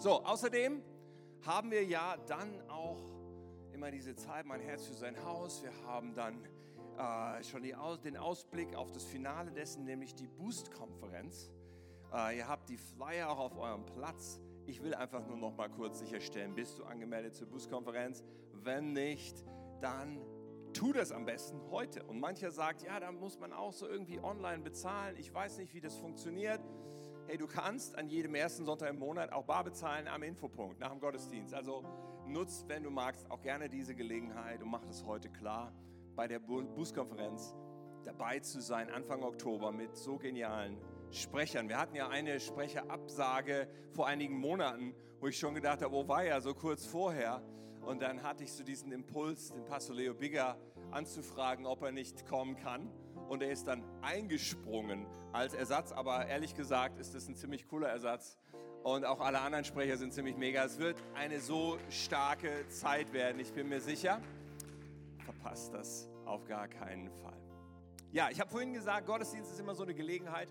So, außerdem haben wir ja dann auch immer diese Zeit, mein Herz für sein Haus. Wir haben dann schon den Ausblick auf das Finale dessen, nämlich die Boost-Konferenz. Ihr habt die Flyer auch auf eurem Platz. Ich will einfach nur noch mal kurz sicherstellen, bist du angemeldet zur Boost-Konferenz? Wenn nicht, dann tu das am besten heute. Und mancher sagt, ja, da muss man auch so irgendwie online bezahlen. Ich weiß nicht, wie das funktioniert. Hey, du kannst an jedem ersten Sonntag im Monat auch bar bezahlen am Infopunkt, nach dem Gottesdienst. Also nutzt, wenn du magst, auch gerne diese Gelegenheit und mach das heute klar, bei der Boost-Konferenz dabei zu sein, Anfang Oktober mit so genialen Sprechern. Wir hatten ja eine Sprecherabsage vor einigen Monaten, wo ich schon gedacht habe, oh weia, so kurz vorher. Und dann hatte ich so diesen Impuls, den Pastor Leo Bigger anzufragen, ob er nicht kommen kann. Und er ist dann eingesprungen als Ersatz, aber ehrlich gesagt ist das ein ziemlich cooler Ersatz. Und auch alle anderen Sprecher sind ziemlich mega. Es wird eine so starke Zeit werden, ich bin mir sicher. Verpasst das auf gar keinen Fall. Ja, ich habe vorhin gesagt, Gottesdienst ist immer so eine Gelegenheit,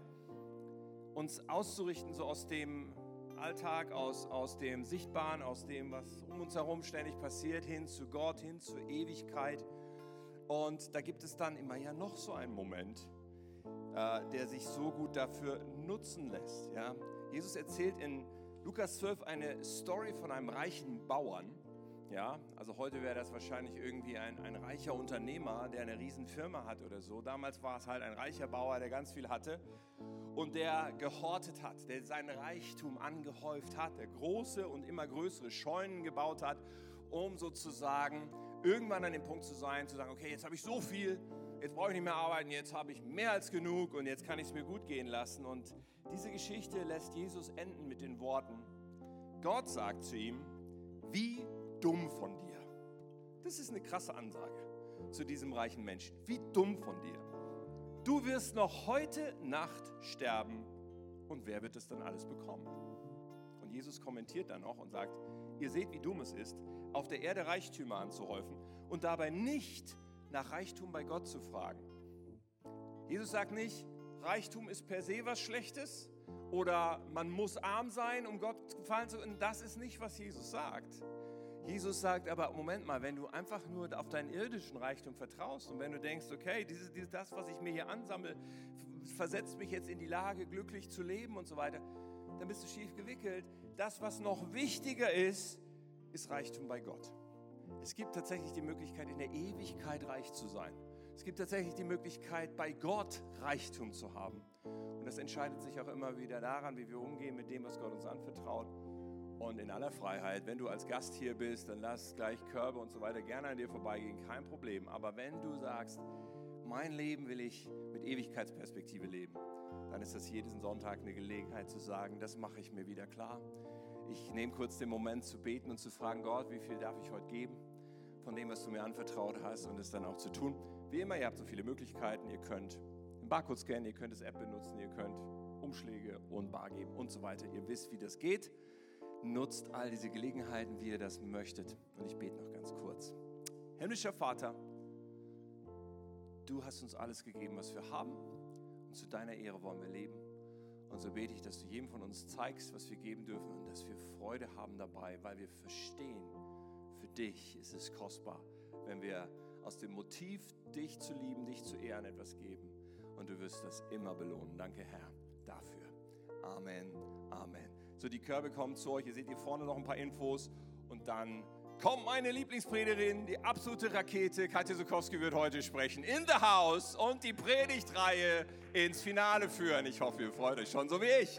uns auszurichten, so aus dem Alltag, aus dem Sichtbaren, aus dem, was um uns herum ständig passiert, hin zu Gott, hin zur Ewigkeit. Und da gibt es dann immer ja noch so einen Moment, der sich so gut dafür nutzen lässt. Ja? Jesus erzählt in Lukas 12 eine Story von einem reichen Bauern. Ja, also heute wäre das wahrscheinlich irgendwie ein reicher Unternehmer, der eine riesen Firma hat oder so. Damals war es halt ein reicher Bauer, der ganz viel hatte und der gehortet hat, der seinen Reichtum angehäuft hat, der große und immer größere Scheunen gebaut hat, um sozusagen irgendwann an dem Punkt zu sein, zu sagen, okay, jetzt habe ich so viel, jetzt brauche ich nicht mehr arbeiten, jetzt habe ich mehr als genug und jetzt kann ich es mir gut gehen lassen. Und diese Geschichte lässt Jesus enden mit den Worten, Gott sagt zu ihm, wie dumm von dir. Das ist eine krasse Ansage zu diesem reichen Menschen. Wie dumm von dir. Du wirst noch heute Nacht sterben und wer wird das dann alles bekommen? Und Jesus kommentiert dann noch und sagt, ihr seht, wie dumm es ist, auf der Erde Reichtümer anzuhäufen und dabei nicht nach Reichtum bei Gott zu fragen. Jesus sagt nicht, Reichtum ist per se was Schlechtes oder man muss arm sein, um Gott gefallen zu können. Das ist nicht, was Jesus sagt. Jesus sagt aber, Moment mal, wenn du einfach nur auf deinen irdischen Reichtum vertraust und wenn du denkst, okay, das, was ich mir hier ansammle, versetzt mich jetzt in die Lage, glücklich zu leben und so weiter, dann bist du schief gewickelt. Das, was noch wichtiger ist, ist Reichtum bei Gott. Es gibt tatsächlich die Möglichkeit, in der Ewigkeit reich zu sein. Es gibt tatsächlich die Möglichkeit, bei Gott Reichtum zu haben. Und das entscheidet sich auch immer wieder daran, wie wir umgehen mit dem, was Gott uns anvertraut. Und in aller Freiheit, wenn du als Gast hier bist, dann lass gleich Körbe und so weiter gerne an dir vorbeigehen, kein Problem. Aber wenn du sagst, mein Leben will ich mit Ewigkeitsperspektive leben, dann ist das jeden Sonntag eine Gelegenheit zu sagen, das mache ich mir wieder klar. Ich nehme kurz den Moment zu beten und zu fragen, Gott, wie viel darf ich heute geben von dem, was du mir anvertraut hast und es dann auch zu tun. Wie immer, ihr habt so viele Möglichkeiten, ihr könnt den Barcode scannen, ihr könnt das App benutzen, ihr könnt Umschläge und Bar geben und so weiter. Ihr wisst, wie das geht. Nutzt all diese Gelegenheiten, wie ihr das möchtet. Und ich bete noch ganz kurz. Himmlischer Vater, du hast uns alles gegeben, was wir haben. Und zu deiner Ehre wollen wir leben. Und so bete ich, dass du jedem von uns zeigst, was wir geben dürfen und dass wir Freude haben dabei, weil wir verstehen, für dich ist es kostbar, wenn wir aus dem Motiv, dich zu lieben, dich zu ehren, etwas geben. Und du wirst das immer belohnen. Danke, Herr, dafür. Amen, Amen. So, die Körbe kommen zu euch. Ihr seht hier vorne noch ein paar Infos. Und dann kommt meine Lieblingspredigerin, die absolute Rakete. Katja Sukowski wird heute sprechen. In the house und die Predigtreihe ins Finale führen. Ich hoffe, ihr freut euch schon so wie ich.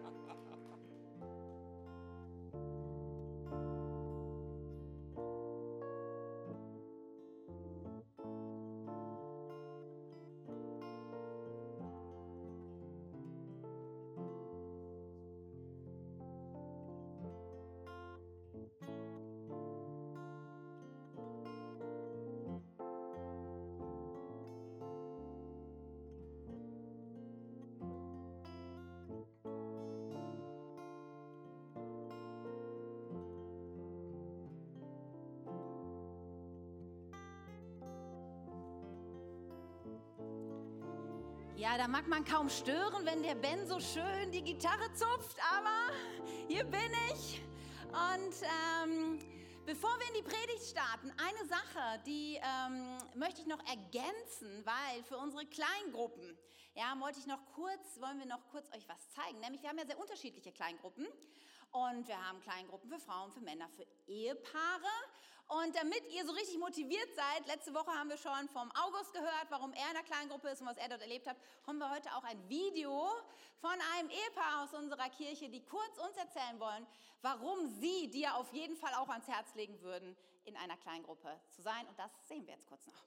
Ja, da mag man kaum stören, wenn der Ben so schön die Gitarre zupft, aber hier bin ich Und bevor wir in die Predigt starten, eine Sache, die möchte ich noch ergänzen, weil für unsere Kleingruppen, ja, wollen wir noch kurz euch was zeigen. Nämlich, wir haben ja sehr unterschiedliche Kleingruppen. Und wir haben Kleingruppen für Frauen, für Männer, für Ehepaare. Und damit ihr so richtig motiviert seid, letzte Woche haben wir schon vom August gehört, warum er in der Kleingruppe ist und was er dort erlebt hat, haben wir heute auch ein Video von einem Ehepaar aus unserer Kirche, die kurz uns erzählen wollen, warum sie dir auf jeden Fall auch ans Herz legen würden, in einer Kleingruppe zu sein. Und das sehen wir jetzt kurz noch.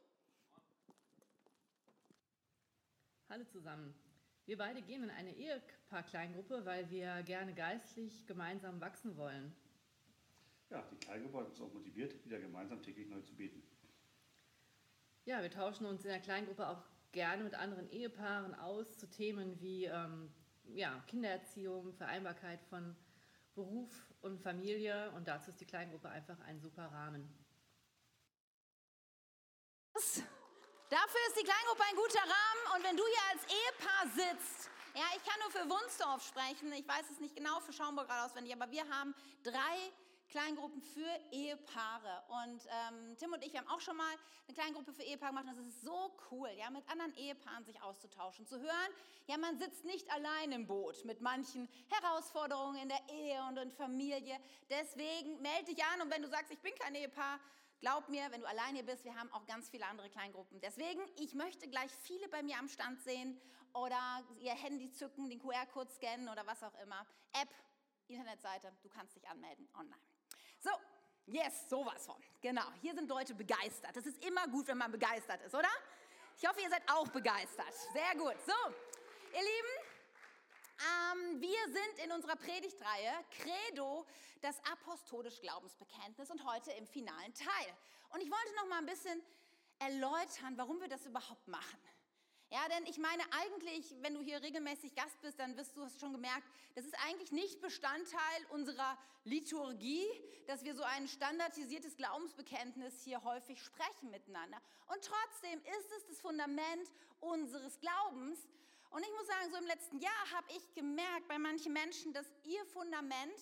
Hallo zusammen. Wir beide gehen in eine Ehepaar-Kleingruppe, weil wir gerne geistlich gemeinsam wachsen wollen. Ja, die Kleingruppe hat uns auch motiviert, wieder gemeinsam täglich neu zu beten. Ja, wir tauschen uns in der Kleingruppe auch gerne mit anderen Ehepaaren aus zu Themen wie Kindererziehung, Vereinbarkeit von Beruf und Familie. Und dazu ist die Kleingruppe einfach ein super Rahmen. Dafür ist die Kleingruppe ein guter Rahmen. Und wenn du hier als Ehepaar sitzt, ja, ich kann nur für Wunsdorf sprechen, ich weiß es nicht genau für Schaumburg gerade auswendig, aber wir haben 3 Kleingruppen für Ehepaare. Und Tim und ich, wir haben auch schon mal eine Kleingruppe für Ehepaare gemacht. Und das ist so cool, ja, mit anderen Ehepaaren sich auszutauschen, zu hören, ja, man sitzt nicht allein im Boot mit manchen Herausforderungen in der Ehe und in Familie. Deswegen melde dich an und wenn du sagst, ich bin kein Ehepaar, glaub mir, wenn du allein hier bist, wir haben auch ganz viele andere Kleingruppen. Deswegen, ich möchte gleich viele bei mir am Stand sehen oder ihr Handy zücken, den QR-Code scannen oder was auch immer. App, Internetseite, du kannst dich anmelden online. So, yes, sowas von. Genau, hier sind Leute begeistert. Das ist immer gut, wenn man begeistert ist, oder? Ich hoffe, ihr seid auch begeistert. Sehr gut. So, ihr Lieben, wir sind in unserer Predigtreihe Credo, das apostolische Glaubensbekenntnis und heute im finalen Teil. Und ich wollte noch mal ein bisschen erläutern, warum wir das überhaupt machen. Ja, denn ich meine eigentlich, wenn du hier regelmäßig Gast bist, dann hast du schon gemerkt, das ist eigentlich nicht Bestandteil unserer Liturgie, dass wir so ein standardisiertes Glaubensbekenntnis hier häufig sprechen miteinander. Und trotzdem ist es das Fundament unseres Glaubens. Und ich muss sagen, so im letzten Jahr habe ich gemerkt bei manchen Menschen, dass ihr Fundament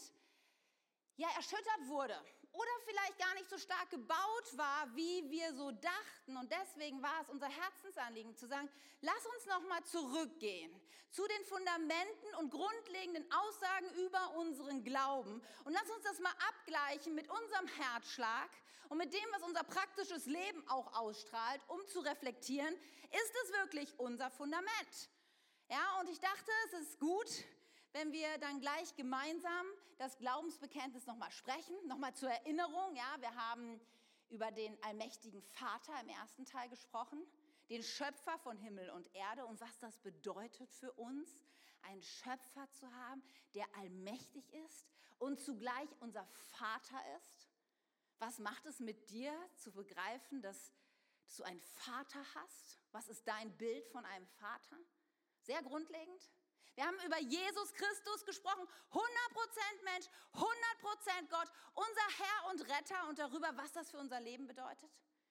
ja erschüttert wurde oder vielleicht gar nicht so stark gebaut war, wie wir so dachten. Und deswegen war es unser Herzensanliegen zu sagen, lass uns nochmal zurückgehen zu den Fundamenten und grundlegenden Aussagen über unseren Glauben und lass uns das mal abgleichen mit unserem Herzschlag und mit dem, was unser praktisches Leben auch ausstrahlt, um zu reflektieren, ist es wirklich unser Fundament? Ja, und ich dachte, es ist gut, wenn wir dann gleich gemeinsam das Glaubensbekenntnis nochmal sprechen, nochmal zur Erinnerung. Ja, wir haben über den allmächtigen Vater im ersten Teil gesprochen, den Schöpfer von Himmel und Erde und was das bedeutet für uns, einen Schöpfer zu haben, der allmächtig ist und zugleich unser Vater ist. Was macht es mit dir zu begreifen, dass du einen Vater hast? Was ist dein Bild von einem Vater? Sehr grundlegend. Wir haben über Jesus Christus gesprochen, 100% Mensch, 100% Gott, unser Herr und Retter und darüber, was das für unser Leben bedeutet.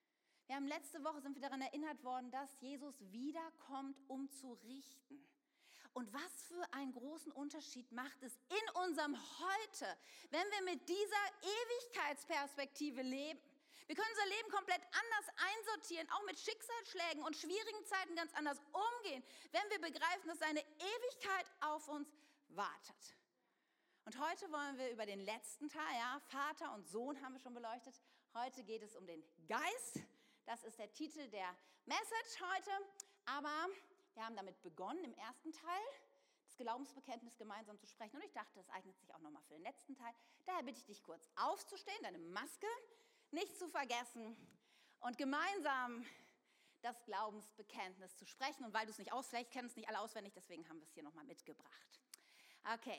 Letzte Woche sind wir daran erinnert worden, dass Jesus wiederkommt, um zu richten. Und was für einen großen Unterschied macht es in unserem Heute, wenn wir mit dieser Ewigkeitsperspektive leben. Wir können unser Leben komplett anders einsortieren, auch mit Schicksalsschlägen und schwierigen Zeiten ganz anders umgehen, wenn wir begreifen, dass seine Ewigkeit auf uns wartet. Und heute wollen wir über den letzten Teil, ja, Vater und Sohn haben wir schon beleuchtet. Heute geht es um den Geist. Das ist der Titel der Message heute. Aber wir haben damit begonnen, im ersten Teil das Glaubensbekenntnis gemeinsam zu sprechen. Und ich dachte, das eignet sich auch nochmal für den letzten Teil. Daher bitte ich dich kurz aufzustehen, deine Maske nicht zu vergessen und gemeinsam das Glaubensbekenntnis zu sprechen. Und weil du es nicht vielleicht kennen es nicht alle auswendig, deswegen haben wir es hier nochmal mitgebracht. Okay.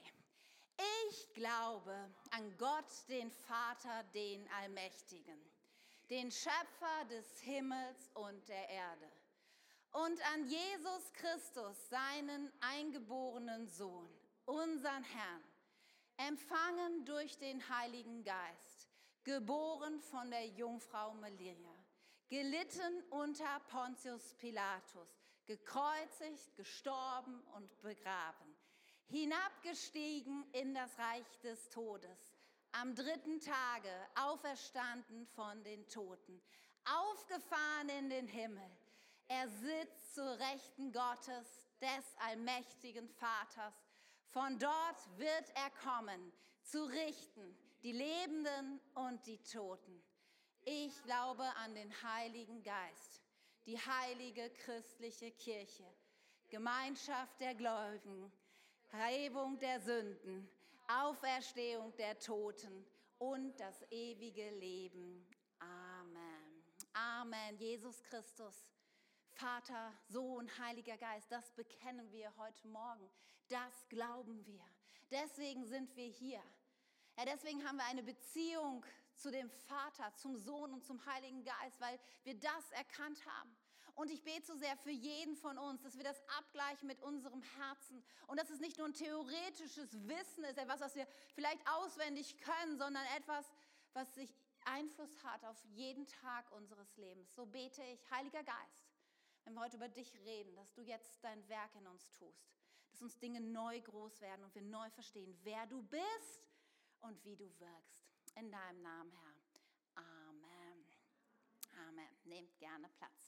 Ich glaube an Gott, den Vater, den Allmächtigen, den Schöpfer des Himmels und der Erde und an Jesus Christus, seinen eingeborenen Sohn, unseren Herrn, empfangen durch den Heiligen Geist, geboren von der Jungfrau Maria, gelitten unter Pontius Pilatus, gekreuzigt, gestorben und begraben, hinabgestiegen in das Reich des Todes, am 3. Tage auferstanden von den Toten, aufgefahren in den Himmel. Er sitzt zur Rechten Gottes, des allmächtigen Vaters. Von dort wird er kommen, zu richten die Lebenden und die Toten. Ich glaube an den Heiligen Geist, die heilige christliche Kirche, Gemeinschaft der Gläubigen, Vergebung der Sünden, Auferstehung der Toten und das ewige Leben. Amen. Amen. Jesus Christus, Vater, Sohn, Heiliger Geist, das bekennen wir heute Morgen. Das glauben wir. Deswegen sind wir hier. Ja, deswegen haben wir eine Beziehung zu dem Vater, zum Sohn und zum Heiligen Geist, weil wir das erkannt haben. Und ich bete so sehr für jeden von uns, dass wir das abgleichen mit unserem Herzen und dass es nicht nur ein theoretisches Wissen ist, etwas, was wir vielleicht auswendig können, sondern etwas, was sich Einfluss hat auf jeden Tag unseres Lebens. So bete ich, Heiliger Geist, wenn wir heute über dich reden, dass du jetzt dein Werk in uns tust, dass uns Dinge neu groß werden und wir neu verstehen, wer du bist und wie du wirkst. In deinem Namen, Herr. Amen. Amen. Nehmt gerne Platz.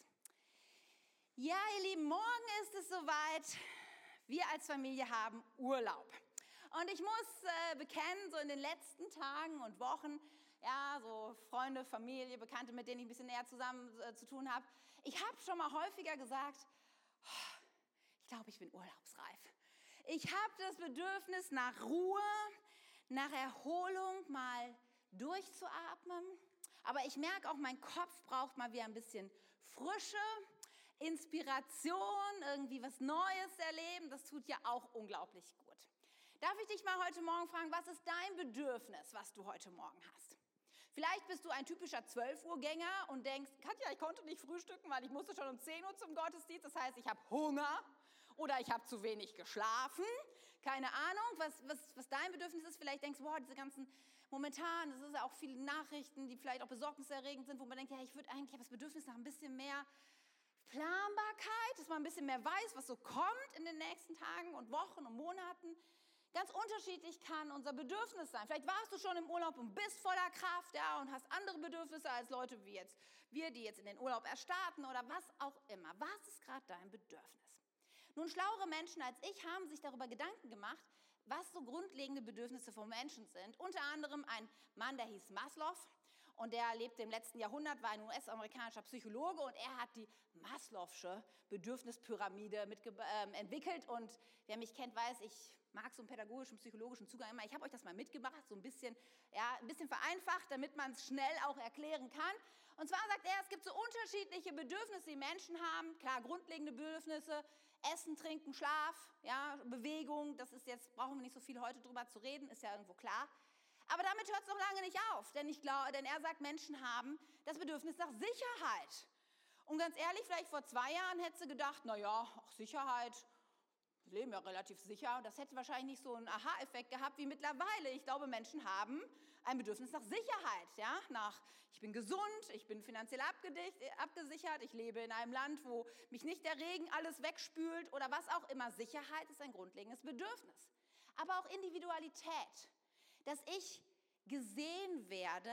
Ja, ihr Lieben, morgen ist es soweit. Wir als Familie haben Urlaub. Und ich muss bekennen, so in den letzten Tagen und Wochen, ja, so Freunde, Familie, Bekannte, mit denen ich ein bisschen näher zusammen zu tun habe, ich habe schon mal häufiger gesagt, ich glaube, ich bin urlaubsreif. Ich habe das Bedürfnis nach Ruhe, nach Erholung, mal durchzuatmen. Aber ich merke auch, mein Kopf braucht mal wieder ein bisschen Frische, Inspiration, irgendwie was Neues erleben. Das tut ja auch unglaublich gut. Darf ich dich mal heute Morgen fragen, was ist dein Bedürfnis, was du heute Morgen hast? Vielleicht bist du ein typischer 12-Uhr-Gänger und denkst, Katja, ich konnte nicht frühstücken, weil ich musste schon um 10 Uhr zum Gottesdienst. Das heißt, ich habe Hunger oder ich habe zu wenig geschlafen. Keine Ahnung, was dein Bedürfnis ist. Vielleicht denkst du, wow, diese ganzen momentan, das ist ja auch viele Nachrichten, die vielleicht auch besorgniserregend sind, wo man denkt, ja, ich würde eigentlich, ich habe das Bedürfnis nach ein bisschen mehr Planbarkeit, dass man ein bisschen mehr weiß, was so kommt in den nächsten Tagen und Wochen und Monaten. Ganz unterschiedlich kann unser Bedürfnis sein. Vielleicht warst du schon im Urlaub und bist voller Kraft, ja, und hast andere Bedürfnisse als Leute wie jetzt wir, die jetzt in den Urlaub erst starten oder was auch immer. Was ist gerade dein Bedürfnis? Nun, schlauere Menschen als ich haben sich darüber Gedanken gemacht, was so grundlegende Bedürfnisse von Menschen sind. Unter anderem ein Mann, der hieß Maslow. Und der lebte im letzten Jahrhundert, war ein US-amerikanischer Psychologe und er hat die Maslow'sche Bedürfnispyramide entwickelt. Und wer mich kennt, weiß, ich mag so einen pädagogischen, psychologischen Zugang immer. Ich habe euch das mal mitgebracht, so ein bisschen vereinfacht, damit man es schnell auch erklären kann. Und zwar sagt er, es gibt so unterschiedliche Bedürfnisse, die Menschen haben. Klar, grundlegende Bedürfnisse, Essen, Trinken, Schlaf, ja, Bewegung. Das ist jetzt, brauchen wir nicht so viel heute drüber zu reden, ist ja irgendwo klar. Aber damit hört es noch lange nicht auf, denn er sagt, Menschen haben das Bedürfnis nach Sicherheit. Und ganz ehrlich, vielleicht vor 2 Jahren hättest du gedacht, naja, auch Sicherheit, wir leben ja relativ sicher. Das hätte wahrscheinlich nicht so einen Aha-Effekt gehabt wie mittlerweile. Ich glaube, Menschen haben ein Bedürfnis nach Sicherheit. Ja? Ich bin gesund, ich bin finanziell abgesichert, ich lebe in einem Land, wo mich nicht der Regen alles wegspült oder was auch immer. Sicherheit ist ein grundlegendes Bedürfnis. Aber auch Individualität. Dass ich gesehen werde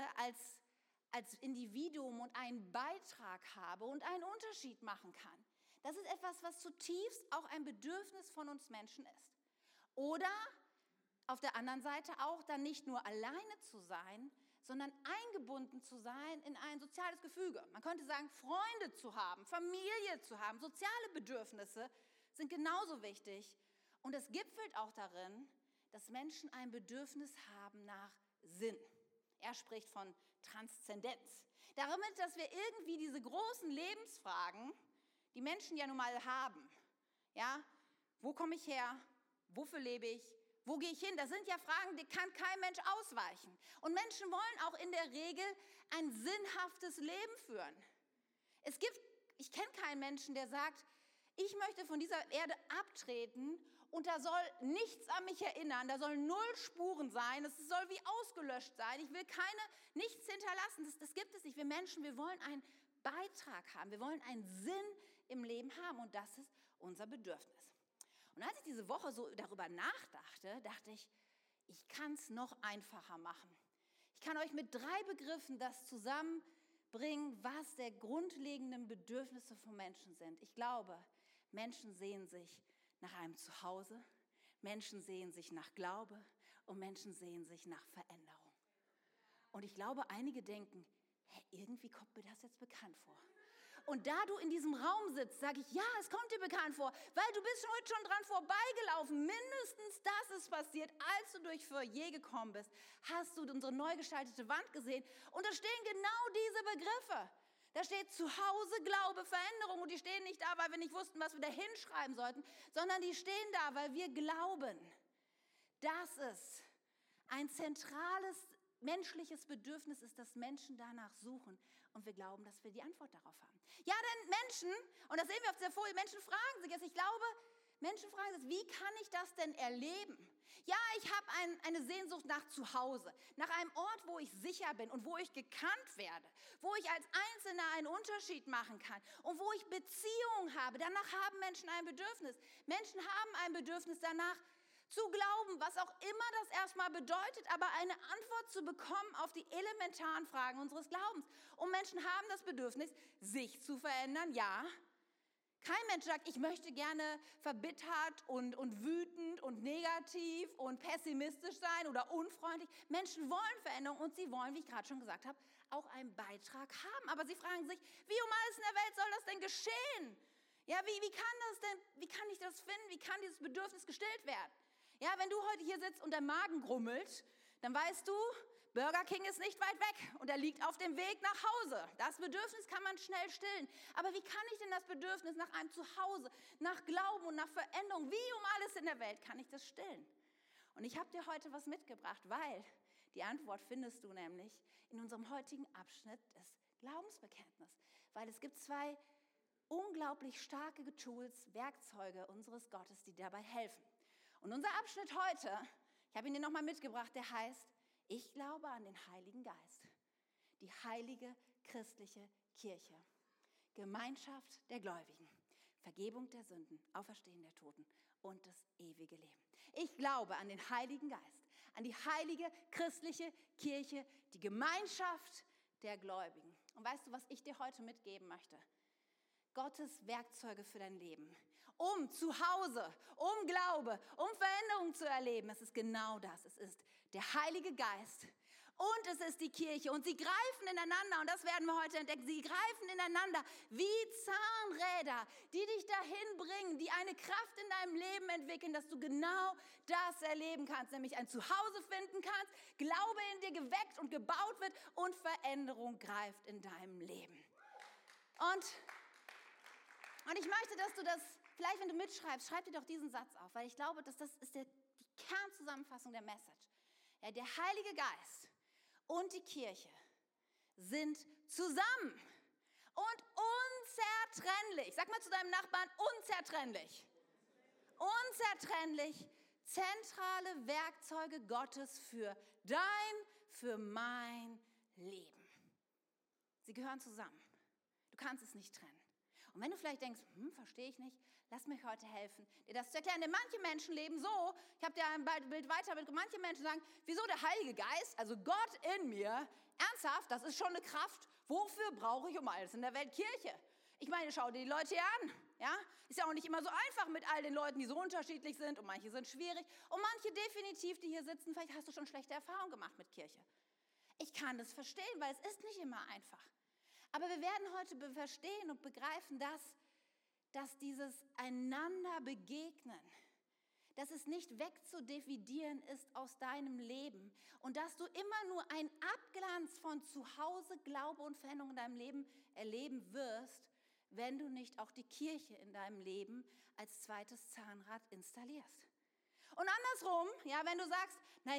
als Individuum und einen Beitrag habe und einen Unterschied machen kann. Das ist etwas, was zutiefst auch ein Bedürfnis von uns Menschen ist. Oder auf der anderen Seite auch dann nicht nur alleine zu sein, sondern eingebunden zu sein in ein soziales Gefüge. Man könnte sagen, Freunde zu haben, Familie zu haben, soziale Bedürfnisse sind genauso wichtig. Und es gipfelt auch darin, dass Menschen ein Bedürfnis haben nach Sinn. Er spricht von Transzendenz. Damit, dass wir irgendwie diese großen Lebensfragen, die Menschen ja nun mal haben, ja, wo komme ich her, wofür lebe ich, wo gehe ich hin, das sind ja Fragen, die kann kein Mensch ausweichen. Und Menschen wollen auch in der Regel ein sinnhaftes Leben führen. Ich kenne keinen Menschen, der sagt, ich möchte von dieser Erde abtreten und da soll nichts an mich erinnern, da sollen 0 Spuren sein, es soll wie ausgelöscht sein, ich will nichts hinterlassen, das gibt es nicht. Wir Menschen, wir wollen einen Beitrag haben, wir wollen einen Sinn im Leben haben und das ist unser Bedürfnis. Und als ich diese Woche so darüber nachdachte, dachte ich, ich kann es noch einfacher machen. Ich kann euch mit 3 Begriffen das zusammenbringen, was der grundlegenden Bedürfnisse von Menschen sind. Ich glaube, Menschen sehen sich nach einem Zuhause, Menschen sehen sich nach Glaube und Menschen sehen sich nach Veränderung. Und ich glaube, einige denken, irgendwie kommt mir das jetzt bekannt vor. Und da du in diesem Raum sitzt, sage ich, ja, es kommt dir bekannt vor, weil du bist heute schon dran vorbeigelaufen. Mindestens das ist passiert, als du durch Foyer gekommen bist, hast du unsere neu gestaltete Wand gesehen und da stehen genau diese Begriffe. Da steht Zuhause, Glaube, Veränderung und die stehen nicht da, weil wir nicht wussten, was wir da hinschreiben sollten, sondern die stehen da, weil wir glauben, dass es ein zentrales menschliches Bedürfnis ist, dass Menschen danach suchen und wir glauben, dass wir die Antwort darauf haben. Ja, denn Menschen, und das sehen wir auf der Folie, Menschen fragen sich jetzt, ich glaube, Menschen fragen sich, wie kann ich das denn erleben? Ja, ich habe eine Sehnsucht nach Zuhause, nach einem Ort, wo ich sicher bin und wo ich gekannt werde, wo ich als Einzelner einen Unterschied machen kann und wo ich Beziehungen habe. Danach haben Menschen ein Bedürfnis. Menschen haben ein Bedürfnis danach, zu glauben, was auch immer das erstmal bedeutet, aber eine Antwort zu bekommen auf die elementaren Fragen unseres Glaubens. Und Menschen haben das Bedürfnis, sich zu verändern, ja. Kein Mensch sagt, ich möchte gerne verbittert und wütend und negativ und pessimistisch sein oder unfreundlich. Menschen wollen Veränderung und sie wollen, wie ich gerade schon gesagt habe, auch einen Beitrag haben. Aber sie fragen sich, wie um alles in der Welt soll das denn geschehen? Ja, wie kann ich das finden? Wie kann dieses Bedürfnis gestillt werden? Ja, wenn du heute hier sitzt und der Magen grummelt, dann weißt du, Burger King ist nicht weit weg und er liegt auf dem Weg nach Hause. Das Bedürfnis kann man schnell stillen. Aber wie kann ich denn das Bedürfnis nach einem Zuhause, nach Glauben und nach Veränderung, wie um alles in der Welt, kann ich das stillen? Und ich habe dir heute was mitgebracht, weil die Antwort findest du nämlich in unserem heutigen Abschnitt des Glaubensbekenntnisses. Weil es gibt 2 unglaublich starke Tools, Werkzeuge unseres Gottes, die dabei helfen. Und unser Abschnitt heute, ich habe ihn dir nochmal mitgebracht, der heißt, ich glaube an den Heiligen Geist, die heilige christliche Kirche, Gemeinschaft der Gläubigen, Vergebung der Sünden, Auferstehen der Toten und das ewige Leben. Ich glaube an den Heiligen Geist, an die heilige christliche Kirche, die Gemeinschaft der Gläubigen. Und weißt du, was ich dir heute mitgeben möchte? Gottes Werkzeuge für dein Leben, um Zuhause, um Glaube, um Veränderung zu erleben. Es ist genau das. Es ist der Heilige Geist und es ist die Kirche. Und sie greifen ineinander, und das werden wir heute entdecken, sie greifen ineinander wie Zahnräder, die dich dahin bringen, die eine Kraft in deinem Leben entwickeln, dass du genau das erleben kannst, nämlich ein Zuhause finden kannst, Glaube in dir geweckt und gebaut wird und Veränderung greift in deinem Leben. Und ich möchte, dass du das, vielleicht wenn du mitschreibst, schreib dir doch diesen Satz auf, weil ich glaube, dass das ist die Kernzusammenfassung der Message. Ja, der Heilige Geist und die Kirche sind zusammen und unzertrennlich. Sag mal zu deinem Nachbarn, unzertrennlich. Unzertrennlich zentrale Werkzeuge Gottes für für mein Leben. Sie gehören zusammen. Du kannst es nicht trennen. Und wenn du vielleicht denkst, verstehe ich nicht, lass mich heute helfen, dir das zu erklären. Denn manche Menschen leben so, ich habe dir ein Bild weiter, manche Menschen sagen, wieso der Heilige Geist, also Gott in mir, ernsthaft, das ist schon eine Kraft, wofür brauche ich um alles in der Welt Kirche? Ich meine, schau dir die Leute hier an, ja? Ist ja auch nicht immer so einfach mit all den Leuten, die so unterschiedlich sind und manche sind schwierig und manche definitiv, die hier sitzen, vielleicht hast du schon schlechte Erfahrungen gemacht mit Kirche. Ich kann das verstehen, weil es ist nicht immer einfach. Aber wir werden heute verstehen und begreifen, dass dieses einander begegnen, dass es nicht wegzudividieren ist aus deinem Leben und dass du immer nur einen Abglanz von Zuhause, Glaube und Veränderung in deinem Leben erleben wirst, wenn du nicht auch die Kirche in deinem Leben als zweites Zahnrad installierst. Und andersrum, ja, wenn du sagst,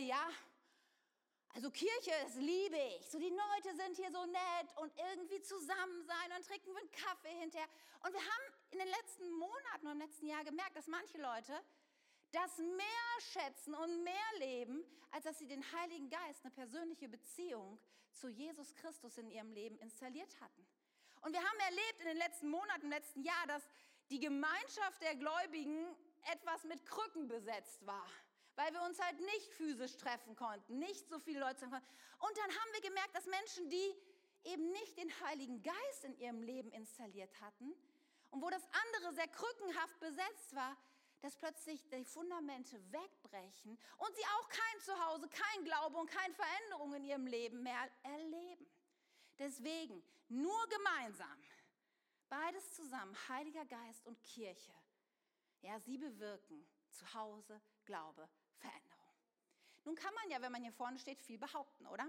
also Kirche, das liebe ich. So die Leute sind hier so nett und irgendwie zusammen sein und dann trinken wir einen Kaffee hinterher. Und wir haben in den letzten Monaten und im letzten Jahr gemerkt, dass manche Leute das mehr schätzen und mehr leben, als dass sie den Heiligen Geist, eine persönliche Beziehung zu Jesus Christus in ihrem Leben installiert hatten. Und wir haben erlebt in den letzten Monaten, im letzten Jahr, dass die Gemeinschaft der Gläubigen etwas mit Krücken besetzt war. weil wir uns halt nicht physisch treffen konnten, nicht so viele Leute treffen konnten. Und dann haben wir gemerkt, dass Menschen, die eben nicht den Heiligen Geist in ihrem Leben installiert hatten und wo das andere sehr krückenhaft besetzt war, dass plötzlich die Fundamente wegbrechen und sie auch kein Zuhause, kein Glaube und keine Veränderung in ihrem Leben mehr erleben. Deswegen nur gemeinsam, beides zusammen, Heiliger Geist und Kirche, ja, sie bewirken Zuhause, Glaube, Veränderung. Nun kann man ja, wenn man hier vorne steht, viel behaupten, oder?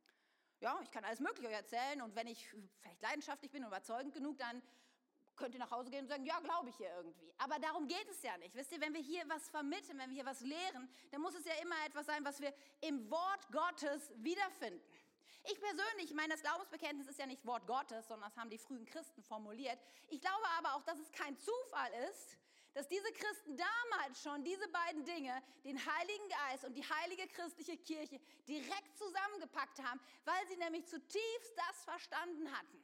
Ja, ich kann alles Mögliche euch erzählen und wenn ich vielleicht leidenschaftlich bin und überzeugend genug, dann könnt ihr nach Hause gehen und sagen, ja, glaube ich hier irgendwie. Aber darum geht es ja nicht. Wisst ihr, wenn wir hier was vermitteln, wenn wir hier was lehren, dann muss es ja immer etwas sein, was wir im Wort Gottes wiederfinden. Ich persönlich, meine, das Glaubensbekenntnis ist ja nicht Wort Gottes, sondern das haben die frühen Christen formuliert. Ich glaube aber auch, dass es kein Zufall ist, dass diese Christen damals schon diese beiden Dinge, den Heiligen Geist und die heilige christliche Kirche, direkt zusammengepackt haben, weil sie nämlich zutiefst das verstanden hatten.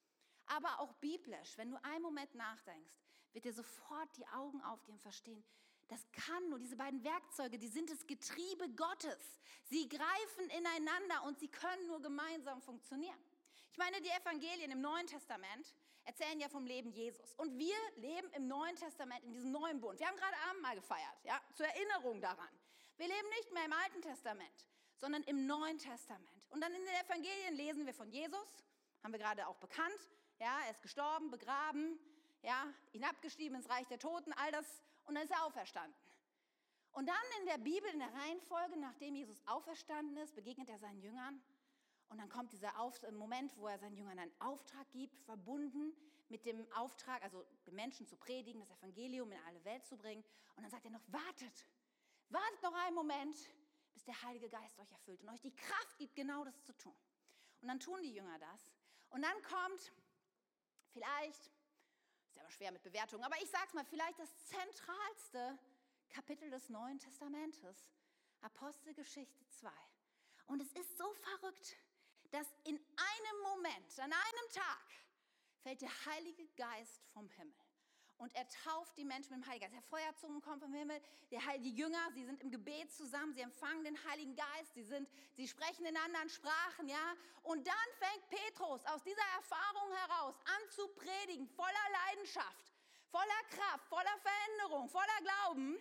Aber auch biblisch, wenn du einen Moment nachdenkst, wird dir sofort die Augen aufgehen und verstehen, das kann nur, diese beiden Werkzeuge, die sind das Getriebe Gottes. Sie greifen ineinander und sie können nur gemeinsam funktionieren. Ich meine, die Evangelien im Neuen Testament erzählen ja vom Leben Jesus. Und wir leben im Neuen Testament, in diesem neuen Bund. Wir haben gerade Abendmahl gefeiert, ja, zur Erinnerung daran. Wir leben nicht mehr im Alten Testament, sondern im Neuen Testament. Und dann in den Evangelien lesen wir von Jesus, haben wir gerade auch bekannt. Ja, er ist gestorben, begraben, ja, hinabgestiegen ins Reich der Toten, all das. Und dann ist er auferstanden. Und dann in der Bibel, in der Reihenfolge, nachdem Jesus auferstanden ist, begegnet er seinen Jüngern. Und dann kommt dieser Moment, wo er seinen Jüngern einen Auftrag gibt, verbunden mit dem Auftrag, also den Menschen zu predigen, das Evangelium in alle Welt zu bringen. Und dann sagt er noch, wartet noch einen Moment, bis der Heilige Geist euch erfüllt und euch die Kraft gibt, genau das zu tun. Und dann tun die Jünger das. Und dann kommt vielleicht, ist ja aber schwer mit Bewertungen, aber ich sag's mal, vielleicht das zentralste Kapitel des Neuen Testamentes, Apostelgeschichte 2. Und es ist so verrückt, dass in einem Moment, an einem Tag, fällt der Heilige Geist vom Himmel. Und er tauft die Menschen mit dem Heiligen Geist. Der Feuerzungen kommen vom Himmel, die Jünger, sie sind im Gebet zusammen, sie empfangen den Heiligen Geist, sie sprechen in anderen Sprachen, ja. Und dann fängt Petrus aus dieser Erfahrung heraus an zu predigen, voller Leidenschaft, voller Kraft, voller Veränderung, voller Glauben.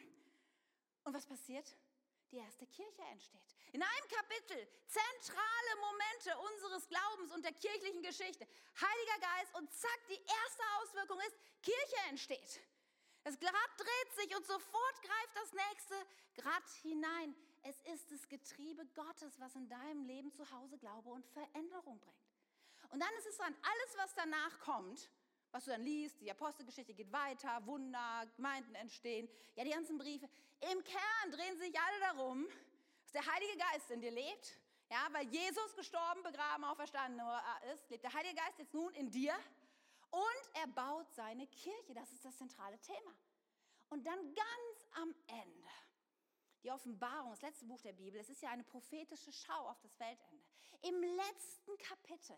Und was passiert? Die erste Kirche entsteht. In einem Kapitel, zentrale Momente unseres Glaubens und der kirchlichen Geschichte. Heiliger Geist und zack, die erste Auswirkung ist, Kirche entsteht. Das Rad dreht sich und sofort greift das nächste Rad hinein. Es ist das Getriebe Gottes, was in deinem Leben zu Hause Glaube und Veränderung bringt. Und dann ist es dann alles, was danach kommt, was du dann liest, die Apostelgeschichte geht weiter, Wunder, Gemeinden entstehen, ja, die ganzen Briefe. Im Kern drehen sich alle darum, dass der Heilige Geist in dir lebt, ja, weil Jesus gestorben, begraben, auferstanden ist, lebt der Heilige Geist jetzt nun in dir und er baut seine Kirche. Das ist das zentrale Thema. Und dann ganz am Ende, die Offenbarung, das letzte Buch der Bibel, es ist ja eine prophetische Schau auf das Weltende. Im letzten Kapitel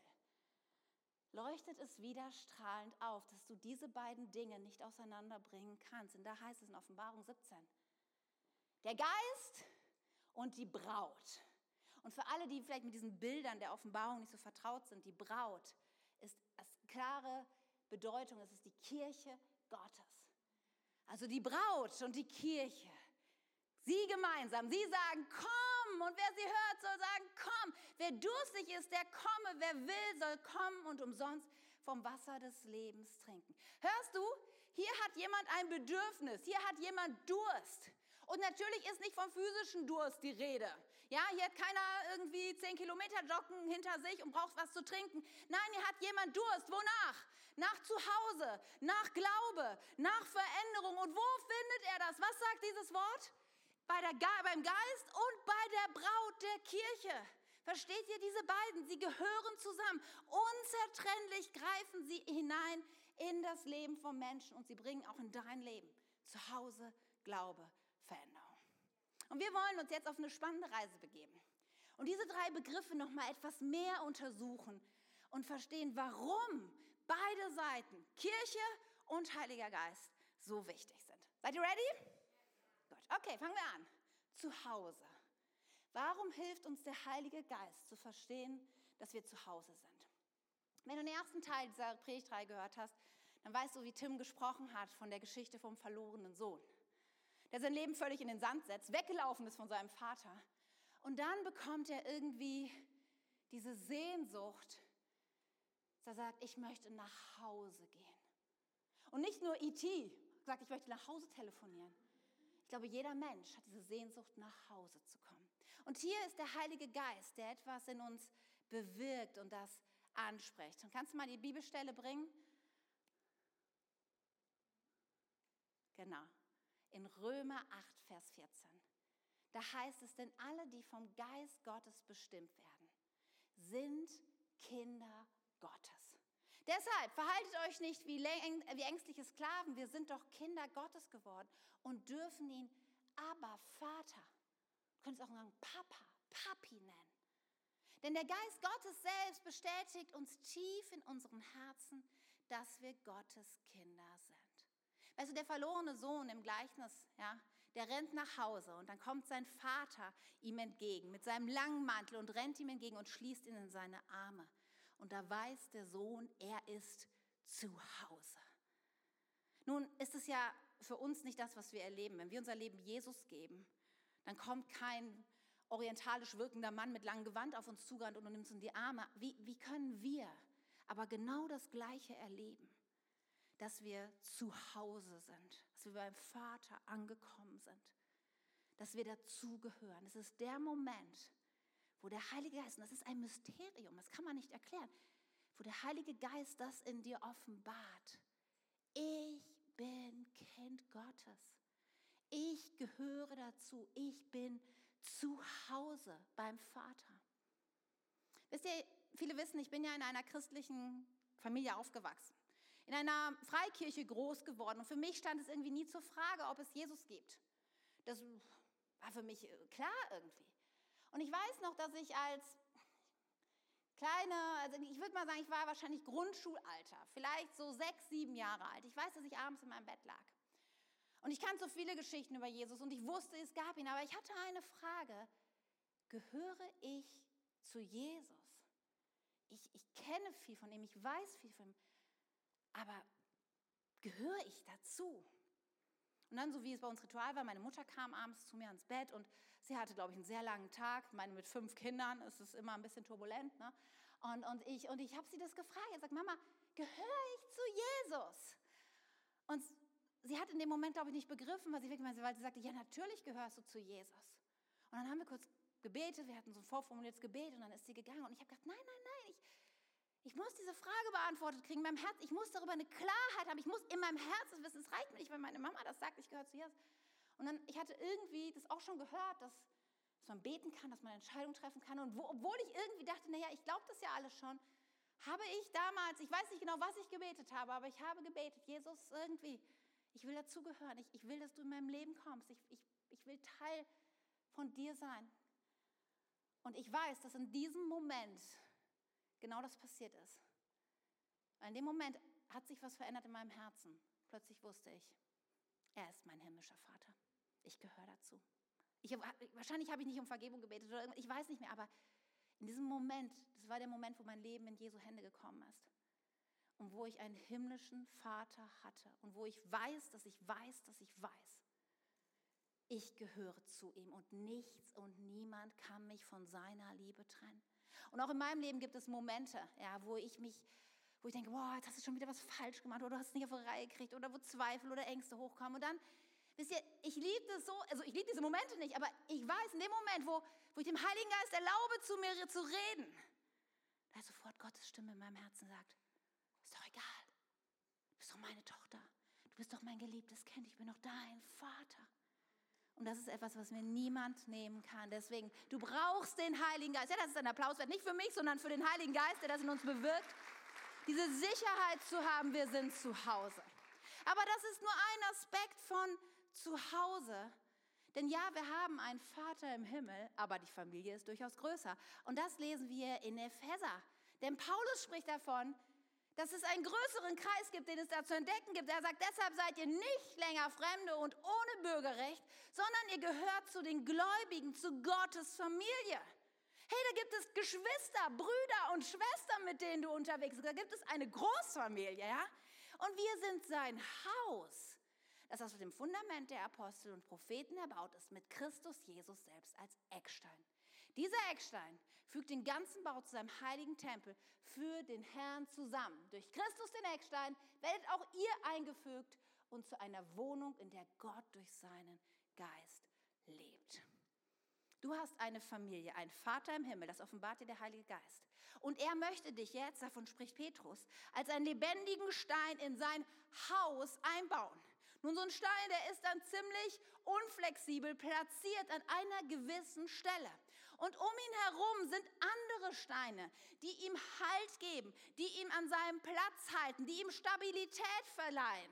leuchtet es wieder strahlend auf, dass du diese beiden Dinge nicht auseinanderbringen kannst. Und da heißt es in Offenbarung 17, der Geist und die Braut. Und für alle, die vielleicht mit diesen Bildern der Offenbarung nicht so vertraut sind, die Braut ist als klare Bedeutung, es ist die Kirche Gottes. Also die Braut und die Kirche, sie gemeinsam, sie sagen, komm, und wer sie hört, soll sagen, komm. Wer durstig ist, der komme, wer will, soll kommen und umsonst vom Wasser des Lebens trinken. Hörst du, hier hat jemand ein Bedürfnis, hier hat jemand Durst. Und natürlich ist nicht vom physischen Durst die Rede. Ja, hier hat keiner irgendwie 10 Kilometer joggen hinter sich und braucht was zu trinken. Nein, hier hat jemand Durst. Wonach? Nach Zuhause, nach Glaube, nach Veränderung. Und wo findet er das? Was sagt dieses Wort? Beim Geist und bei der Braut der Kirche. Versteht ihr diese beiden? Sie gehören zusammen. Unzertrennlich greifen sie hinein in das Leben von Menschen und sie bringen auch in dein Leben Zuhause, Glaube, Veränderung. Und wir wollen uns jetzt auf eine spannende Reise begeben und diese 3 Begriffe noch mal etwas mehr untersuchen und verstehen, warum beide Seiten, Kirche und Heiliger Geist, so wichtig sind. Seid ihr ready? Gut, okay, fangen wir an. zu Hause. Warum hilft uns der Heilige Geist zu verstehen, dass wir zu Hause sind? Wenn du den ersten Teil dieser Predigtreihe gehört hast, dann weißt du, wie Tim gesprochen hat von der Geschichte vom verlorenen Sohn, der sein Leben völlig in den Sand setzt, weggelaufen ist von seinem Vater. Und dann bekommt er irgendwie diese Sehnsucht, dass er sagt, ich möchte nach Hause gehen. Und nicht nur E.T. sagt, ich möchte nach Hause telefonieren. Ich glaube, jeder Mensch hat diese Sehnsucht, nach Hause zu kommen. Und hier ist der Heilige Geist, der etwas in uns bewirkt und das anspricht. Und kannst du mal die Bibelstelle bringen? Genau. In Römer 8, Vers 14. Da heißt es, denn alle, die vom Geist Gottes bestimmt werden, sind Kinder Gottes. Deshalb verhaltet euch nicht wie ängstliche Sklaven. Wir sind doch Kinder Gottes geworden und dürfen ihn aber Vater, du könntest auch sagen Papa, Papi nennen. Denn der Geist Gottes selbst bestätigt uns tief in unseren Herzen, dass wir Gottes Kinder sind. Weißt du, der verlorene Sohn im Gleichnis, ja, der rennt nach Hause und dann kommt sein Vater ihm entgegen mit seinem langen Mantel und rennt ihm entgegen und schließt ihn in seine Arme. Und da weiß der Sohn, er ist zu Hause. Nun ist es ja für uns nicht das, was wir erleben. Wenn wir unser Leben Jesus geben, dann kommt kein orientalisch wirkender Mann mit langem Gewand auf uns zugerannt und nimmt uns in die Arme. Wie können wir aber genau das Gleiche erleben? Dass wir zu Hause sind, dass wir beim Vater angekommen sind, dass wir dazugehören. Es ist der Moment, wo der Heilige Geist, und das ist ein Mysterium, das kann man nicht erklären, wo der Heilige Geist das in dir offenbart. Ich bin Kind Gottes. Ich gehöre dazu. Ich bin zu Hause beim Vater. Wisst ihr, viele wissen, ich bin ja in einer christlichen Familie aufgewachsen. In einer Freikirche groß geworden. Und für mich stand es irgendwie nie zur Frage, ob es Jesus gibt. Das war für mich klar irgendwie. Und ich weiß noch, dass ich als also ich würde mal sagen, ich war wahrscheinlich Grundschulalter, vielleicht so 6, 7 Jahre alt. Ich weiß, dass ich abends in meinem Bett lag. Und ich kannte so viele Geschichten über Jesus und ich wusste, es gab ihn. Aber ich hatte eine Frage, gehöre ich zu Jesus? Ich kenne viel von ihm, ich weiß viel von ihm. Aber gehöre ich dazu? Und dann, so wie es bei uns Ritual war, meine Mutter kam abends zu mir ins Bett und sie hatte, glaube ich, einen sehr langen Tag. Meine, mit 5 Kindern ist es immer ein bisschen turbulent. Ne? Und ich habe sie das gefragt. Ich habe gesagt, Mama, gehöre ich zu Jesus? Und sie hat in dem Moment, glaube ich, nicht begriffen, was ich wirklich meinte, weil sie sagte, ja, natürlich gehörst du zu Jesus. Und dann haben wir kurz gebetet, wir hatten so ein vorformuliertes Gebet und dann ist sie gegangen. Und ich habe gedacht, nein, ich muss diese Frage beantwortet kriegen in meinem Herz. Ich muss darüber eine Klarheit haben. Ich muss in meinem Herzen wissen, es reicht mir nicht, wenn meine Mama das sagt, ich gehöre zu Jesus. Und dann, ich hatte irgendwie das auch schon gehört, dass man beten kann, dass man Entscheidungen treffen kann. Und obwohl ich irgendwie dachte, naja, ich glaube das ja alles schon, habe ich damals, ich weiß nicht genau, was ich gebetet habe, aber ich habe gebetet, Jesus, irgendwie, ich will dazugehören. Ich will, dass du in meinem Leben kommst. Ich will Teil von dir sein. Und ich weiß, dass in diesem Moment genau das passiert ist. Weil in dem Moment hat sich was verändert in meinem Herzen. Plötzlich wusste ich, er ist mein himmlischer Vater. Ich gehöre dazu. Wahrscheinlich habe ich nicht um Vergebung gebetet oder irgendwas, ich weiß nicht mehr, aber in diesem Moment, das war der Moment, wo mein Leben in Jesu Hände gekommen ist. Und wo ich einen himmlischen Vater hatte. Und wo ich weiß, dass ich weiß, dass ich weiß. Ich gehöre zu ihm und nichts und niemand kann mich von seiner Liebe trennen. Und auch in meinem Leben gibt es Momente, ja, wo ich denke, boah, jetzt hast du schon wieder was falsch gemacht oder du hast es nicht auf die Reihe gekriegt oder wo Zweifel oder Ängste hochkommen. Und dann, wisst ihr, ich liebe das so, also ich liebe diese Momente nicht, aber ich weiß, in dem Moment, wo ich dem Heiligen Geist erlaube, zu mir zu reden, da ist sofort Gottes Stimme in meinem Herzen sagt, ist doch egal, du bist doch meine Tochter, du bist doch mein geliebtes Kind, ich bin doch dein Vater. Und das ist etwas, was mir niemand nehmen kann. Deswegen, du brauchst den Heiligen Geist. Ja, das ist ein Applaus wert. Nicht für mich, sondern für den Heiligen Geist, der das in uns bewirkt. Diese Sicherheit zu haben, wir sind zu Hause. Aber das ist nur ein Aspekt von zu Hause. Denn ja, wir haben einen Vater im Himmel, aber die Familie ist durchaus größer. Und das lesen wir in Epheser. Denn Paulus spricht davon, Dass es einen größeren Kreis gibt, den es da zu entdecken gibt. Er sagt, deshalb seid ihr nicht länger Fremde und ohne Bürgerrecht, sondern ihr gehört zu den Gläubigen, zu Gottes Familie. Hey, da gibt es Geschwister, Brüder und Schwestern, mit denen du unterwegs bist. Da gibt es eine Großfamilie, ja? Und wir sind sein Haus, das auf dem Fundament der Apostel und Propheten erbaut ist, mit Christus Jesus selbst als Eckstein. Dieser Eckstein fügt den ganzen Bau zu seinem heiligen Tempel für den Herrn zusammen. Durch Christus, den Eckstein, werdet auch ihr eingefügt und zu einer Wohnung, in der Gott durch seinen Geist lebt. Du hast eine Familie, einen Vater im Himmel, das offenbart dir der Heilige Geist. Und er möchte dich jetzt, davon spricht Petrus, als einen lebendigen Stein in sein Haus einbauen. Nun, so ein Stein, der ist dann ziemlich unflexibel platziert an einer gewissen Stelle. Und um ihn herum sind andere Steine, die ihm Halt geben, die ihn an seinem Platz halten, die ihm Stabilität verleihen.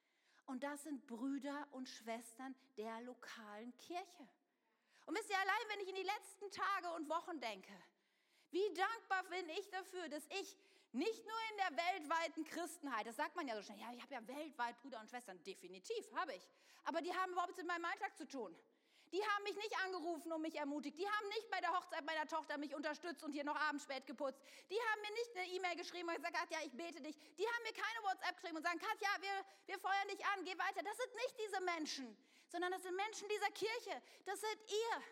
Und das sind Brüder und Schwestern der lokalen Kirche. Und wisst ihr, allein wenn ich in die letzten Tage und Wochen denke, wie dankbar bin ich dafür, dass ich nicht nur in der weltweiten Christenheit, das sagt man ja so schnell, ja, ich habe ja weltweit Brüder und Schwestern, definitiv habe ich, aber die haben überhaupt nichts mit meinem Alltag zu tun. Die haben mich nicht angerufen und mich ermutigt. Die haben nicht bei der Hochzeit meiner Tochter mich unterstützt und hier noch abends spät geputzt. Die haben mir nicht eine E-Mail geschrieben und gesagt, Katja, ich bete dich. Die haben mir keine WhatsApp geschrieben und sagen, Katja, wir feuern dich an, geh weiter. Das sind nicht diese Menschen, sondern das sind Menschen dieser Kirche. Das seid ihr.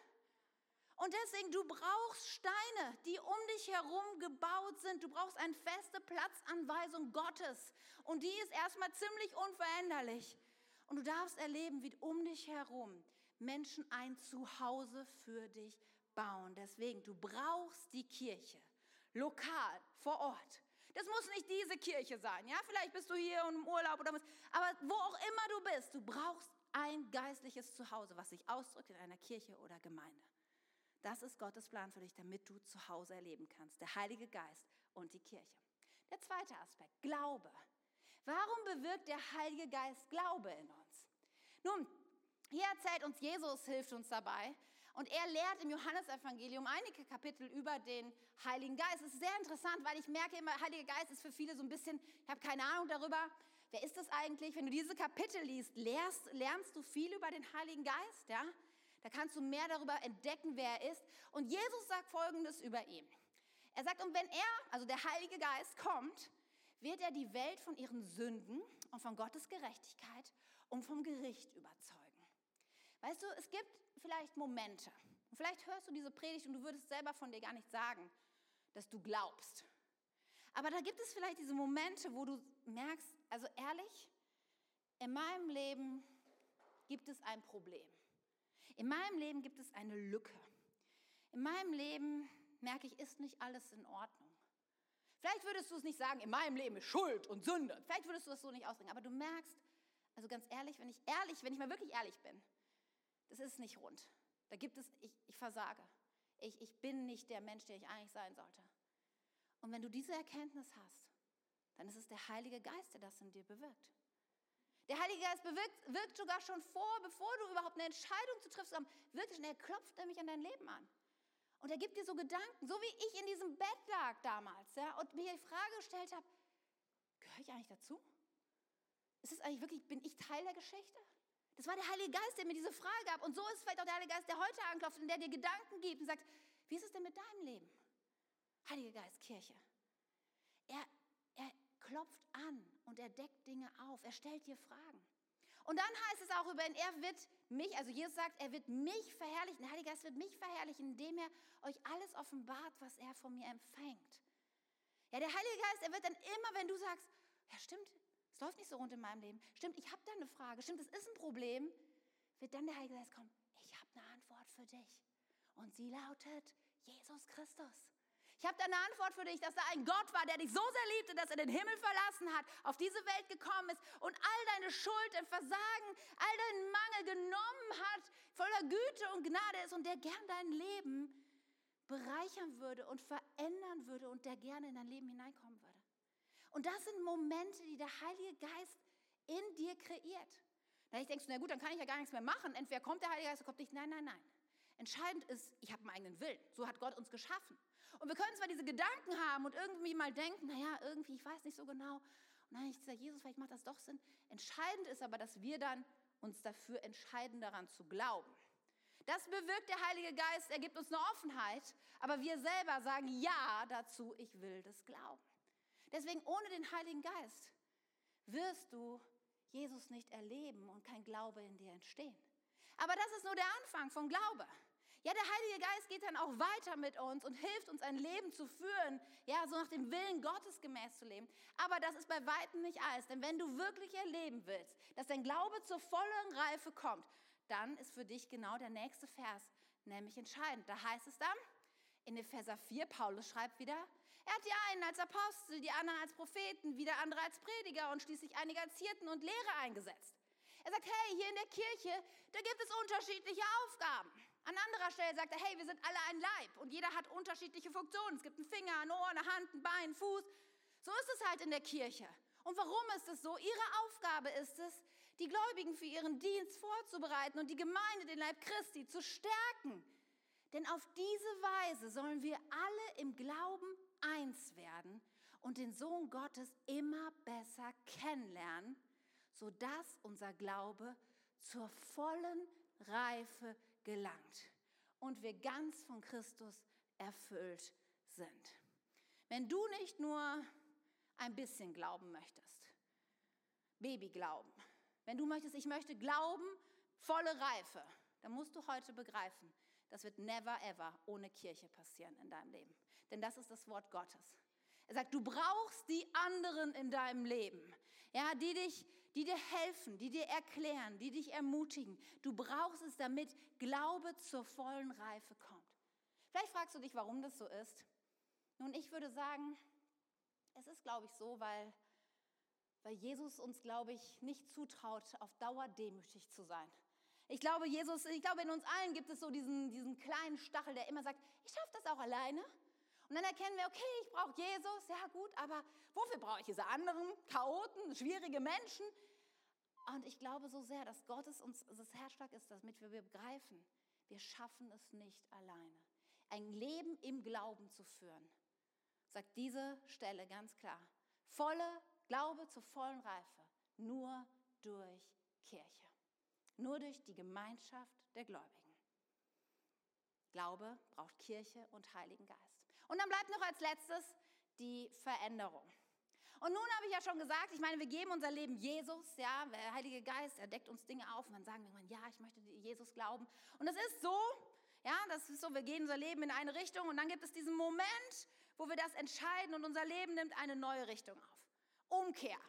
Und deswegen, du brauchst Steine, die um dich herum gebaut sind. Du brauchst eine feste Platzanweisung Gottes. Und die ist erstmal ziemlich unveränderlich. Und du darfst erleben, wie um dich herum Menschen ein Zuhause für dich bauen. Deswegen, du brauchst die Kirche, lokal, vor Ort. Das muss nicht diese Kirche sein, ja? Vielleicht bist du hier und im Urlaub oder was. Aber wo auch immer du bist, du brauchst ein geistliches Zuhause, was sich ausdrückt in einer Kirche oder Gemeinde. Das ist Gottes Plan für dich, damit du zu Hause erleben kannst. Der Heilige Geist und die Kirche. Der zweite Aspekt, Glaube. Warum bewirkt der Heilige Geist Glaube in uns? Nun, hier erzählt uns Jesus, hilft uns dabei. Und er lehrt im Johannesevangelium einige Kapitel über den Heiligen Geist. Es ist sehr interessant, weil ich merke immer, Heiliger Geist ist für viele so ein bisschen, ich habe keine Ahnung darüber, wer ist das eigentlich? Wenn du diese Kapitel liest, lernst du viel über den Heiligen Geist, ja? Da kannst du mehr darüber entdecken, wer er ist. Und Jesus sagt Folgendes über ihn. Er sagt, und wenn er, also der Heilige Geist, kommt, wird er die Welt von ihren Sünden und von Gottes Gerechtigkeit und vom Gericht überzeugen. Weißt du, es gibt vielleicht Momente, und vielleicht hörst du diese Predigt und du würdest selber von dir gar nicht sagen, dass du glaubst. Aber da gibt es vielleicht diese Momente, wo du merkst, also ehrlich, in meinem Leben gibt es ein Problem. In meinem Leben gibt es eine Lücke. In meinem Leben merke ich, ist nicht alles in Ordnung. Vielleicht würdest du es nicht sagen, in meinem Leben ist Schuld und Sünde. Vielleicht würdest du das so nicht ausdrücken. Aber du merkst, also ganz ehrlich, wenn ich mal wirklich ehrlich bin, das ist nicht rund. Da gibt es, ich versage. Ich bin nicht der Mensch, der ich eigentlich sein sollte. Und wenn du diese Erkenntnis hast, dann ist es der Heilige Geist, der das in dir bewirkt. Der Heilige Geist wirkt sogar schon bevor du überhaupt eine Entscheidung zu treffen hast, wirkt schon, er klopft nämlich an dein Leben an. Und er gibt dir so Gedanken, so wie ich in diesem Bett lag damals, ja, und mir die Frage gestellt habe, gehöre ich eigentlich dazu? Ist es eigentlich wirklich, bin ich Teil der Geschichte? Das war der Heilige Geist, der mir diese Frage gab. Und so ist vielleicht auch der Heilige Geist, der heute anklopft und der dir Gedanken gibt und sagt, wie ist es denn mit deinem Leben? Heilige Geist, Kirche. Er klopft an und er deckt Dinge auf. Er stellt dir Fragen. Und dann heißt es auch über ihn, er wird mich, also Jesus sagt, er wird mich verherrlichen. Der Heilige Geist wird mich verherrlichen, indem er euch alles offenbart, was er von mir empfängt. Ja, der Heilige Geist, er wird dann immer, wenn du sagst, ja stimmt, es läuft nicht so rund in meinem Leben. Stimmt, ich habe da eine Frage. Stimmt, es ist ein Problem. Wird dann der Heilige Geist kommen, ich habe eine Antwort für dich. Und sie lautet, Jesus Christus. Ich habe da eine Antwort für dich, dass da ein Gott war, der dich so sehr liebte, dass er den Himmel verlassen hat, auf diese Welt gekommen ist und all deine Schuld, dein Versagen, all deinen Mangel genommen hat, voller Güte und Gnade ist und der gern dein Leben bereichern würde und verändern würde und der gerne in dein Leben hineinkommen würde. Und das sind Momente, die der Heilige Geist in dir kreiert. Na, ich denke, na gut, dann kann ich ja gar nichts mehr machen. Entweder kommt der Heilige Geist oder kommt nicht. Nein. Entscheidend ist, ich habe einen eigenen Willen. So hat Gott uns geschaffen. Und wir können zwar diese Gedanken haben und irgendwie mal denken, naja, irgendwie, ich weiß nicht so genau. Und dann habe ich gesagt, Jesus, vielleicht macht das doch Sinn. Entscheidend ist aber, dass wir dann uns dafür entscheiden, daran zu glauben. Das bewirkt der Heilige Geist, er gibt uns eine Offenheit, aber wir selber sagen ja dazu, ich will das glauben. Deswegen ohne den Heiligen Geist wirst du Jesus nicht erleben und kein Glaube in dir entstehen. Aber das ist nur der Anfang von Glaube. Ja, der Heilige Geist geht dann auch weiter mit uns und hilft uns, ein Leben zu führen, ja, so nach dem Willen Gottes gemäß zu leben. Aber das ist bei weitem nicht alles, denn wenn du wirklich erleben willst, dass dein Glaube zur vollen Reife kommt, dann ist für dich genau der nächste Vers nämlich entscheidend. Da heißt es dann in Epheser 4, Paulus schreibt wieder, er hat die einen als Apostel, die anderen als Propheten, wieder andere als Prediger und schließlich einige als Hirten und Lehrer eingesetzt. Er sagt, hey, hier in der Kirche, da gibt es unterschiedliche Aufgaben. An anderer Stelle sagt er, hey, wir sind alle ein Leib und jeder hat unterschiedliche Funktionen. Es gibt einen Finger, ein Ohr, eine Hand, ein Bein, einen Fuß. So ist es halt in der Kirche. Und warum ist es so? Ihre Aufgabe ist es, die Gläubigen für ihren Dienst vorzubereiten und die Gemeinde, den Leib Christi, zu stärken. Denn auf diese Weise sollen wir alle im Glauben eins werden und den Sohn Gottes immer besser kennenlernen, sodass unser Glaube zur vollen Reife gelangt und wir ganz von Christus erfüllt sind. Wenn du nicht nur ein bisschen glauben möchtest, Babyglauben, wenn du möchtest, ich möchte glauben, volle Reife, dann musst du heute begreifen, das wird never ever ohne Kirche passieren in deinem Leben. Denn das ist das Wort Gottes. Er sagt, du brauchst die anderen in deinem Leben, ja, die dir helfen, die dir erklären, die dich ermutigen. Du brauchst es, damit Glaube zur vollen Reife kommt. Vielleicht fragst du dich, warum das so ist. Nun, ich würde sagen, es ist, glaube ich, so, weil Jesus uns, glaube ich, nicht zutraut, auf Dauer demütig zu sein. Ich glaube, in uns allen gibt es so diesen kleinen Stachel, der immer sagt, ich schaffe das auch alleine. Und dann erkennen wir, okay, ich brauche Jesus, ja gut, aber wofür brauche ich diese anderen Chaoten, schwierige Menschen? Und ich glaube so sehr, dass Gottes uns das Herz stark ist, damit wir begreifen, wir schaffen es nicht alleine. Ein Leben im Glauben zu führen, sagt diese Stelle ganz klar. Volle Glaube zur vollen Reife, nur durch Kirche, nur durch die Gemeinschaft der Gläubigen. Glaube braucht Kirche und Heiligen Geist. Und dann bleibt noch als letztes die Veränderung. Und nun habe ich ja schon gesagt, ich meine, wir geben unser Leben Jesus, ja, der Heilige Geist, er deckt uns Dinge auf und dann sagen wir irgendwann, ja, ich möchte Jesus glauben. Und das ist so, ja, das ist so, wir gehen unser Leben in eine Richtung und dann gibt es diesen Moment, wo wir das entscheiden und unser Leben nimmt eine neue Richtung auf. Umkehr,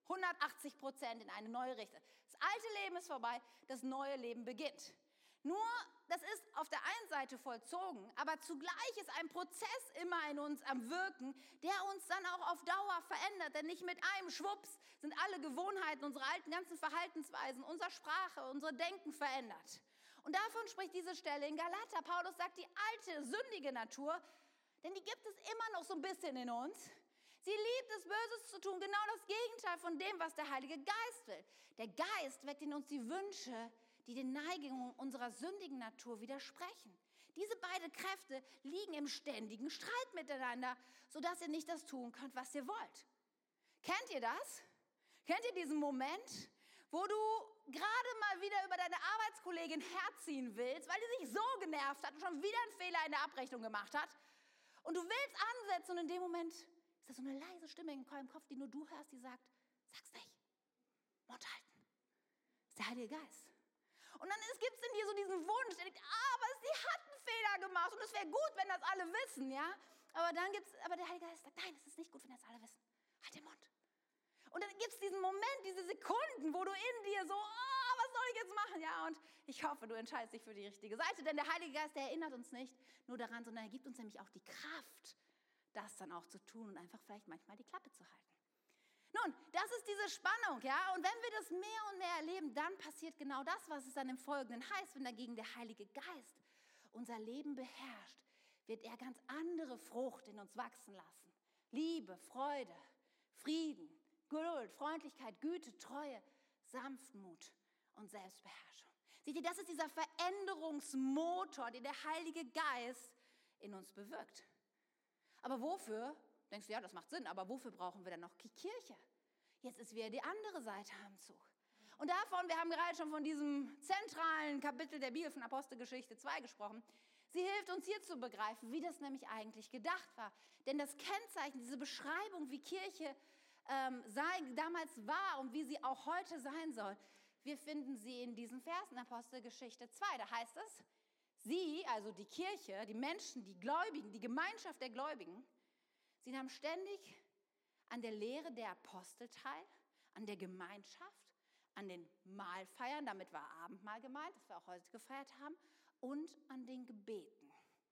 180% in eine neue Richtung. Das alte Leben ist vorbei, das neue Leben beginnt. Nur, das ist auf der einen Seite vollzogen, aber zugleich ist ein Prozess immer in uns am Wirken, der uns dann auch auf Dauer verändert. Denn nicht mit einem Schwupps sind alle Gewohnheiten, unsere alten ganzen Verhaltensweisen, unsere Sprache, unser Denken verändert. Und davon spricht diese Stelle in Galater. Paulus sagt, die alte, sündige Natur, denn die gibt es immer noch so ein bisschen in uns. Sie liebt es, Böses zu tun, genau das Gegenteil von dem, was der Heilige Geist will. Der Geist weckt in uns die Wünsche, die den Neigungen unserer sündigen Natur widersprechen. Diese beiden Kräfte liegen im ständigen Streit miteinander, sodass ihr nicht das tun könnt, was ihr wollt. Kennt ihr das? Kennt ihr diesen Moment, wo du gerade mal wieder über deine Arbeitskollegin herziehen willst, weil die sich so genervt hat und schon wieder einen Fehler in der Abrechnung gemacht hat? Und du willst ansetzen und in dem Moment ist da so eine leise Stimme in deinem Kopf, die nur du hörst, die sagt, sag's nicht, Mund halten. Das ist der Heilige Geist. Und dann gibt es in dir so diesen Wunsch, der denkt, aber sie hat einen Fehler gemacht und es wäre gut, wenn das alle wissen, ja. Aber der Heilige Geist sagt, nein, es ist nicht gut, wenn das alle wissen. Halt den Mund. Und dann gibt es diesen Moment, diese Sekunden, wo du in dir so, was soll ich jetzt machen? Ja, und ich hoffe, du entscheidest dich für die richtige Seite, denn der Heilige Geist, der erinnert uns nicht nur daran, sondern er gibt uns nämlich auch die Kraft, das dann auch zu tun und einfach vielleicht manchmal die Klappe zu halten. Nun, das ist diese Spannung, ja, und wenn wir das mehr und mehr erleben, dann passiert genau das, was es dann im Folgenden heißt. Wenn dagegen der Heilige Geist unser Leben beherrscht, wird er ganz andere Frucht in uns wachsen lassen. Liebe, Freude, Frieden, Geduld, Freundlichkeit, Güte, Treue, Sanftmut und Selbstbeherrschung. Seht ihr, das ist dieser Veränderungsmotor, den der Heilige Geist in uns bewirkt. Aber wofür? Denkst du, ja, das macht Sinn, aber wofür brauchen wir dann noch Kirche? Jetzt ist wieder die andere Seite am Zug. Und davon, wir haben gerade schon von diesem zentralen Kapitel der Bibel von Apostelgeschichte 2 gesprochen. Sie hilft uns hier zu begreifen, wie das nämlich eigentlich gedacht war. Denn das Kennzeichen, diese Beschreibung, wie Kirche damals war und wie sie auch heute sein soll, wir finden sie in diesen Versen Apostelgeschichte 2. Da heißt es, sie, also die Kirche, die Menschen, die Gläubigen, die Gemeinschaft der Gläubigen, sie nahmen ständig an der Lehre der Apostel teil, an der Gemeinschaft, an den Mahlfeiern, damit war Abendmahl gemeint, das wir auch heute gefeiert haben, und an den Gebeten.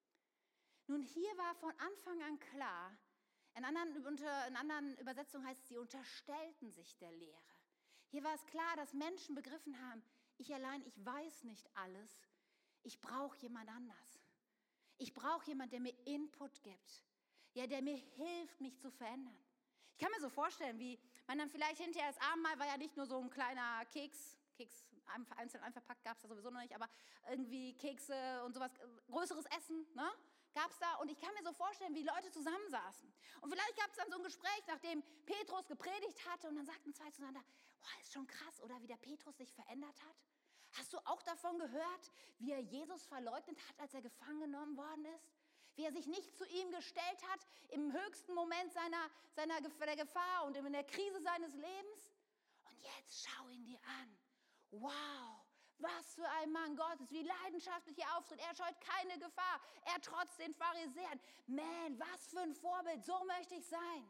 Nun, hier war von Anfang an klar, in anderen Übersetzungen heißt es, sie unterstellten sich der Lehre. Hier war es klar, dass Menschen begriffen haben, ich weiß nicht alles, ich brauche jemand anders. Ich brauche jemanden, der mir Input gibt, ja, der mir hilft, mich zu verändern. Ich kann mir so vorstellen, wie man dann vielleicht hinterher, das Abendmahl war ja nicht nur so ein kleiner Keks einzeln einverpackt gab es da sowieso noch nicht, aber irgendwie Kekse und sowas, größeres Essen, ne, gab es da. Und ich kann mir so vorstellen, wie Leute zusammensaßen. Und vielleicht gab es dann so ein Gespräch, nachdem Petrus gepredigt hatte und dann sagten zwei zueinander, oh, ist schon krass, oder wie der Petrus sich verändert hat. Hast du auch davon gehört, wie er Jesus verleugnet hat, als er gefangen genommen worden ist? Wie er sich nicht zu ihm gestellt hat im höchsten Moment der Gefahr und in der Krise seines Lebens? Und jetzt schau ihn dir an. Wow, was für ein Mann Gottes, wie leidenschaftlich er auftritt. Er scheut keine Gefahr, er trotzt den Pharisäern. Man, was für ein Vorbild, so möchte ich sein.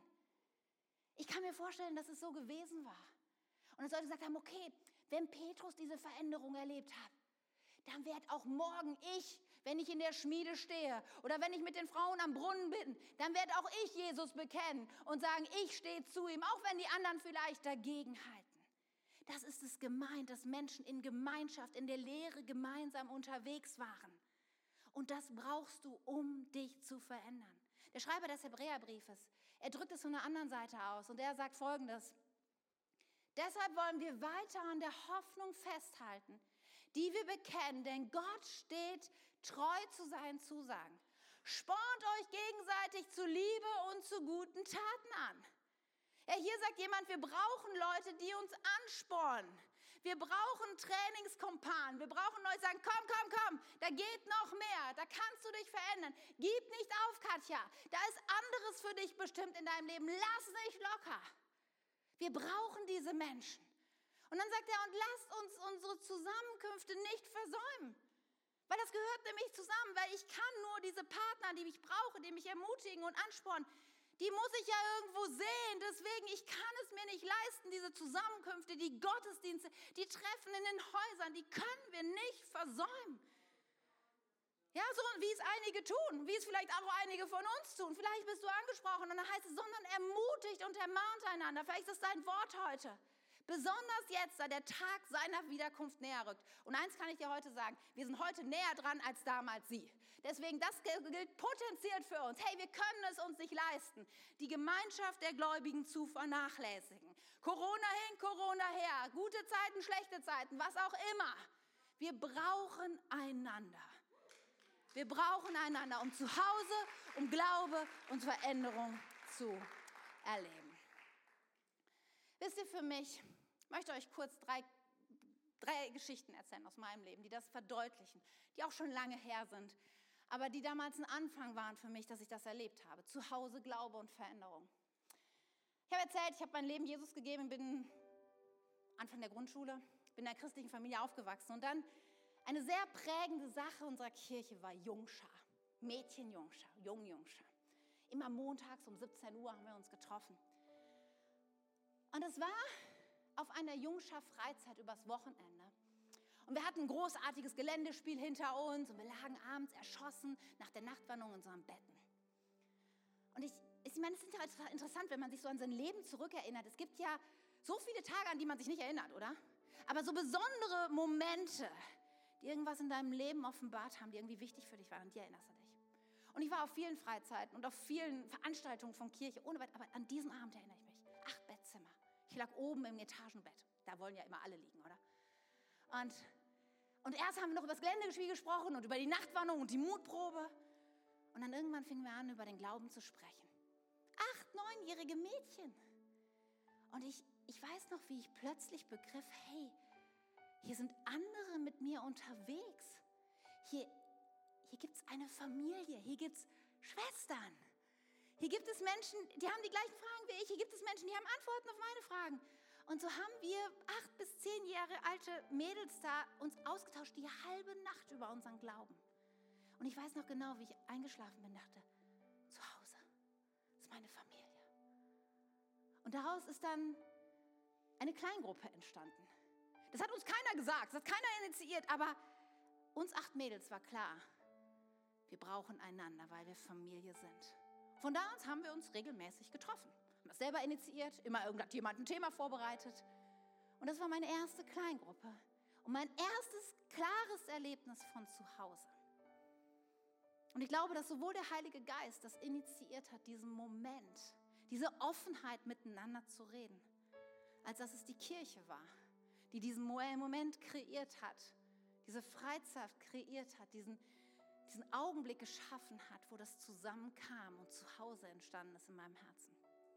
Ich kann mir vorstellen, dass es so gewesen war. Und dass Leute gesagt haben, okay, wenn Petrus diese Veränderung erlebt hat, dann werde auch morgen ich, wenn ich in der Schmiede stehe oder wenn ich mit den Frauen am Brunnen bin, dann werde auch ich Jesus bekennen und sagen, ich stehe zu ihm, auch wenn die anderen vielleicht dagegen halten. Das ist es gemeint, dass Menschen in Gemeinschaft, in der Lehre gemeinsam unterwegs waren. Und das brauchst du, um dich zu verändern. Der Schreiber des Hebräerbriefes, er drückt es von der anderen Seite aus und er sagt Folgendes: Deshalb wollen wir weiter an der Hoffnung festhalten, die wir bekennen, denn Gott steht treu zu seinen Zusagen. Spornt euch gegenseitig zu Liebe und zu guten Taten an. Ja, hier sagt jemand, wir brauchen Leute, die uns anspornen. Wir brauchen Trainingskumpanen. Wir brauchen Leute, die sagen, komm, da geht noch mehr. Da kannst du dich verändern. Gib nicht auf, Katja. Da ist anderes für dich bestimmt in deinem Leben. Lass nicht locker. Wir brauchen diese Menschen. Und dann sagt er, und lasst uns unsere Zusammenkünfte nicht versäumen. Weil das gehört nämlich zusammen, weil ich kann nur diese Partner, die ich brauche, die mich ermutigen und anspornen, die muss ich ja irgendwo sehen. Deswegen, ich kann es mir nicht leisten, diese Zusammenkünfte, die Gottesdienste, die Treffen in den Häusern, die können wir nicht versäumen. Ja, so wie es einige tun, wie es vielleicht auch einige von uns tun. Vielleicht bist du angesprochen und dann heißt es, sondern ermutigt und ermahnt einander. Vielleicht ist das dein Wort heute. Besonders jetzt, da der Tag seiner Wiederkunft näher rückt. Und eins kann ich dir heute sagen, wir sind heute näher dran als damals sie. Deswegen, das gilt potenziert für uns. Hey, wir können es uns nicht leisten, die Gemeinschaft der Gläubigen zu vernachlässigen. Corona hin, Corona her, gute Zeiten, schlechte Zeiten, was auch immer. Wir brauchen einander. Wir brauchen einander, um zu Hause, um Glaube und Veränderung zu erleben. Wisst ihr, für mich, ich möchte euch kurz drei Geschichten erzählen aus meinem Leben, die das verdeutlichen, die auch schon lange her sind, aber die damals ein Anfang waren für mich, dass ich das erlebt habe. Zu Hause, Glaube und Veränderung. Ich habe erzählt, ich habe mein Leben Jesus gegeben, bin Anfang der Grundschule, bin in einer christlichen Familie aufgewachsen und dann eine sehr prägende Sache unserer Kirche war Jungschar, Mädchenjungschar, Jungjungschar. Immer montags um 17 Uhr haben wir uns getroffen. Und es war auf einer Jungschar-Freizeit übers Wochenende. Und wir hatten ein großartiges Geländespiel hinter uns und wir lagen abends erschossen nach der Nachtwanderung in unseren Betten. Und ich meine, es ist ja total interessant, wenn man sich so an sein Leben zurückerinnert. Es gibt ja so viele Tage, an die man sich nicht erinnert, oder? Aber so besondere Momente, die irgendwas in deinem Leben offenbart haben, die irgendwie wichtig für dich waren, an die erinnerst du dich. Und ich war auf vielen Freizeiten und auf vielen Veranstaltungen von Kirche, ohne weit, aber an diesen Abend erinnere ich mich. 8 Bettzimmer. Ich lag oben im Etagenbett. Da wollen ja immer alle liegen, oder? Und erst haben wir noch über das Geländespiel gesprochen und über die Nachtwanderung und die Mutprobe. Und dann irgendwann fingen wir an, über den Glauben zu sprechen. 8-, 9-jährige Mädchen. Und ich weiß noch, wie ich plötzlich begriff, hey, hier sind andere mit mir unterwegs. Hier gibt es eine Familie, hier gibt es Schwestern. Hier gibt es Menschen, die haben die gleichen Fragen wie ich. Hier gibt es Menschen, die haben Antworten auf meine Fragen. Und so haben wir 8- bis 10 Jahre alte Mädels da uns ausgetauscht, die halbe Nacht über unseren Glauben. Und ich weiß noch genau, wie ich eingeschlafen bin, dachte, zu Hause, das ist meine Familie. Und daraus ist dann eine Kleingruppe entstanden. Das hat uns keiner gesagt, das hat keiner initiiert, aber uns 8 Mädels war klar, wir brauchen einander, weil wir Familie sind. Von da an haben wir uns regelmäßig getroffen. Haben das selber initiiert, immer irgendjemand ein Thema vorbereitet. Und das war meine erste Kleingruppe. Und mein erstes klares Erlebnis von zu Hause. Und ich glaube, dass sowohl der Heilige Geist das initiiert hat, diesen Moment, diese Offenheit miteinander zu reden, als dass es die Kirche war, die diesen Moment kreiert hat, diese Freizeit kreiert hat, diesen Augenblick geschaffen hat, wo das zusammenkam und zu Hause entstanden ist in meinem Herzen.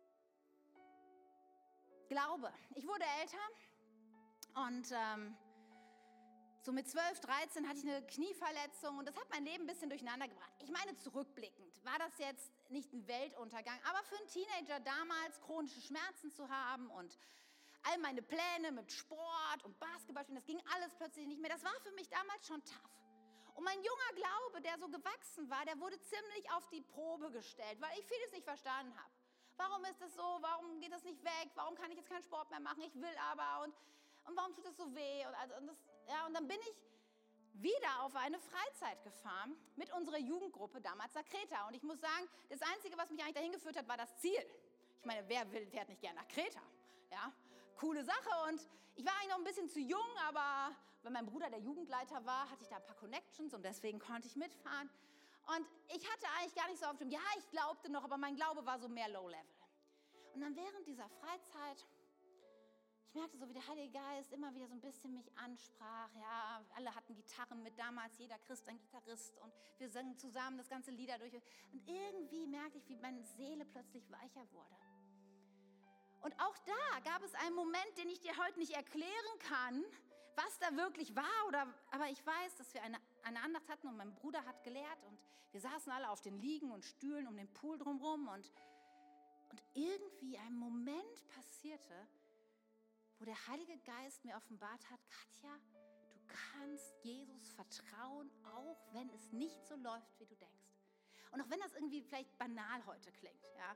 Glaube. Ich wurde älter und so mit 12, 13 hatte ich eine Knieverletzung und das hat mein Leben ein bisschen durcheinander gebracht. Ich meine, zurückblickend war das jetzt nicht ein Weltuntergang, aber für einen Teenager damals chronische Schmerzen zu haben und all meine Pläne mit Sport und Basketballspielen, das ging alles plötzlich nicht mehr. Das war für mich damals schon tough. Und mein junger Glaube, der so gewachsen war, der wurde ziemlich auf die Probe gestellt, weil ich vieles nicht verstanden habe. Warum ist das so? Warum geht das nicht weg? Warum kann ich jetzt keinen Sport mehr machen? Ich will aber und warum tut das so weh? Und dann bin ich wieder auf eine Freizeit gefahren mit unserer Jugendgruppe damals nach Kreta. Und ich muss sagen, das Einzige, was mich eigentlich dahin geführt hat, war das Ziel. Ich meine, wer fährt nicht gern nach Kreta? Ja, coole Sache. Und ich war eigentlich noch ein bisschen zu jung, aber weil mein Bruder der Jugendleiter war, hatte ich da ein paar Connections und deswegen konnte ich mitfahren. Und ich hatte eigentlich gar nicht so auf dem, ja, ich glaubte noch, aber mein Glaube war so mehr Low-Level. Und dann während dieser Freizeit, ich merkte so, wie der Heilige Geist immer wieder so ein bisschen mich ansprach. Ja, alle hatten Gitarren mit, damals jeder Christ ein Gitarrist und wir sangen zusammen das ganze Lieder durch. Und irgendwie merkte ich, wie meine Seele plötzlich weicher wurde. Und auch da gab es einen Moment, den ich dir heute nicht erklären kann, was da wirklich war. Aber ich weiß, dass wir eine Andacht hatten und mein Bruder hat gelehrt und wir saßen alle auf den Liegen und Stühlen um den Pool drumherum und irgendwie ein Moment passierte, wo der Heilige Geist mir offenbart hat, Katja, du kannst Jesus vertrauen, auch wenn es nicht so läuft, wie du denkst. Und auch wenn das irgendwie vielleicht banal heute klingt, ja.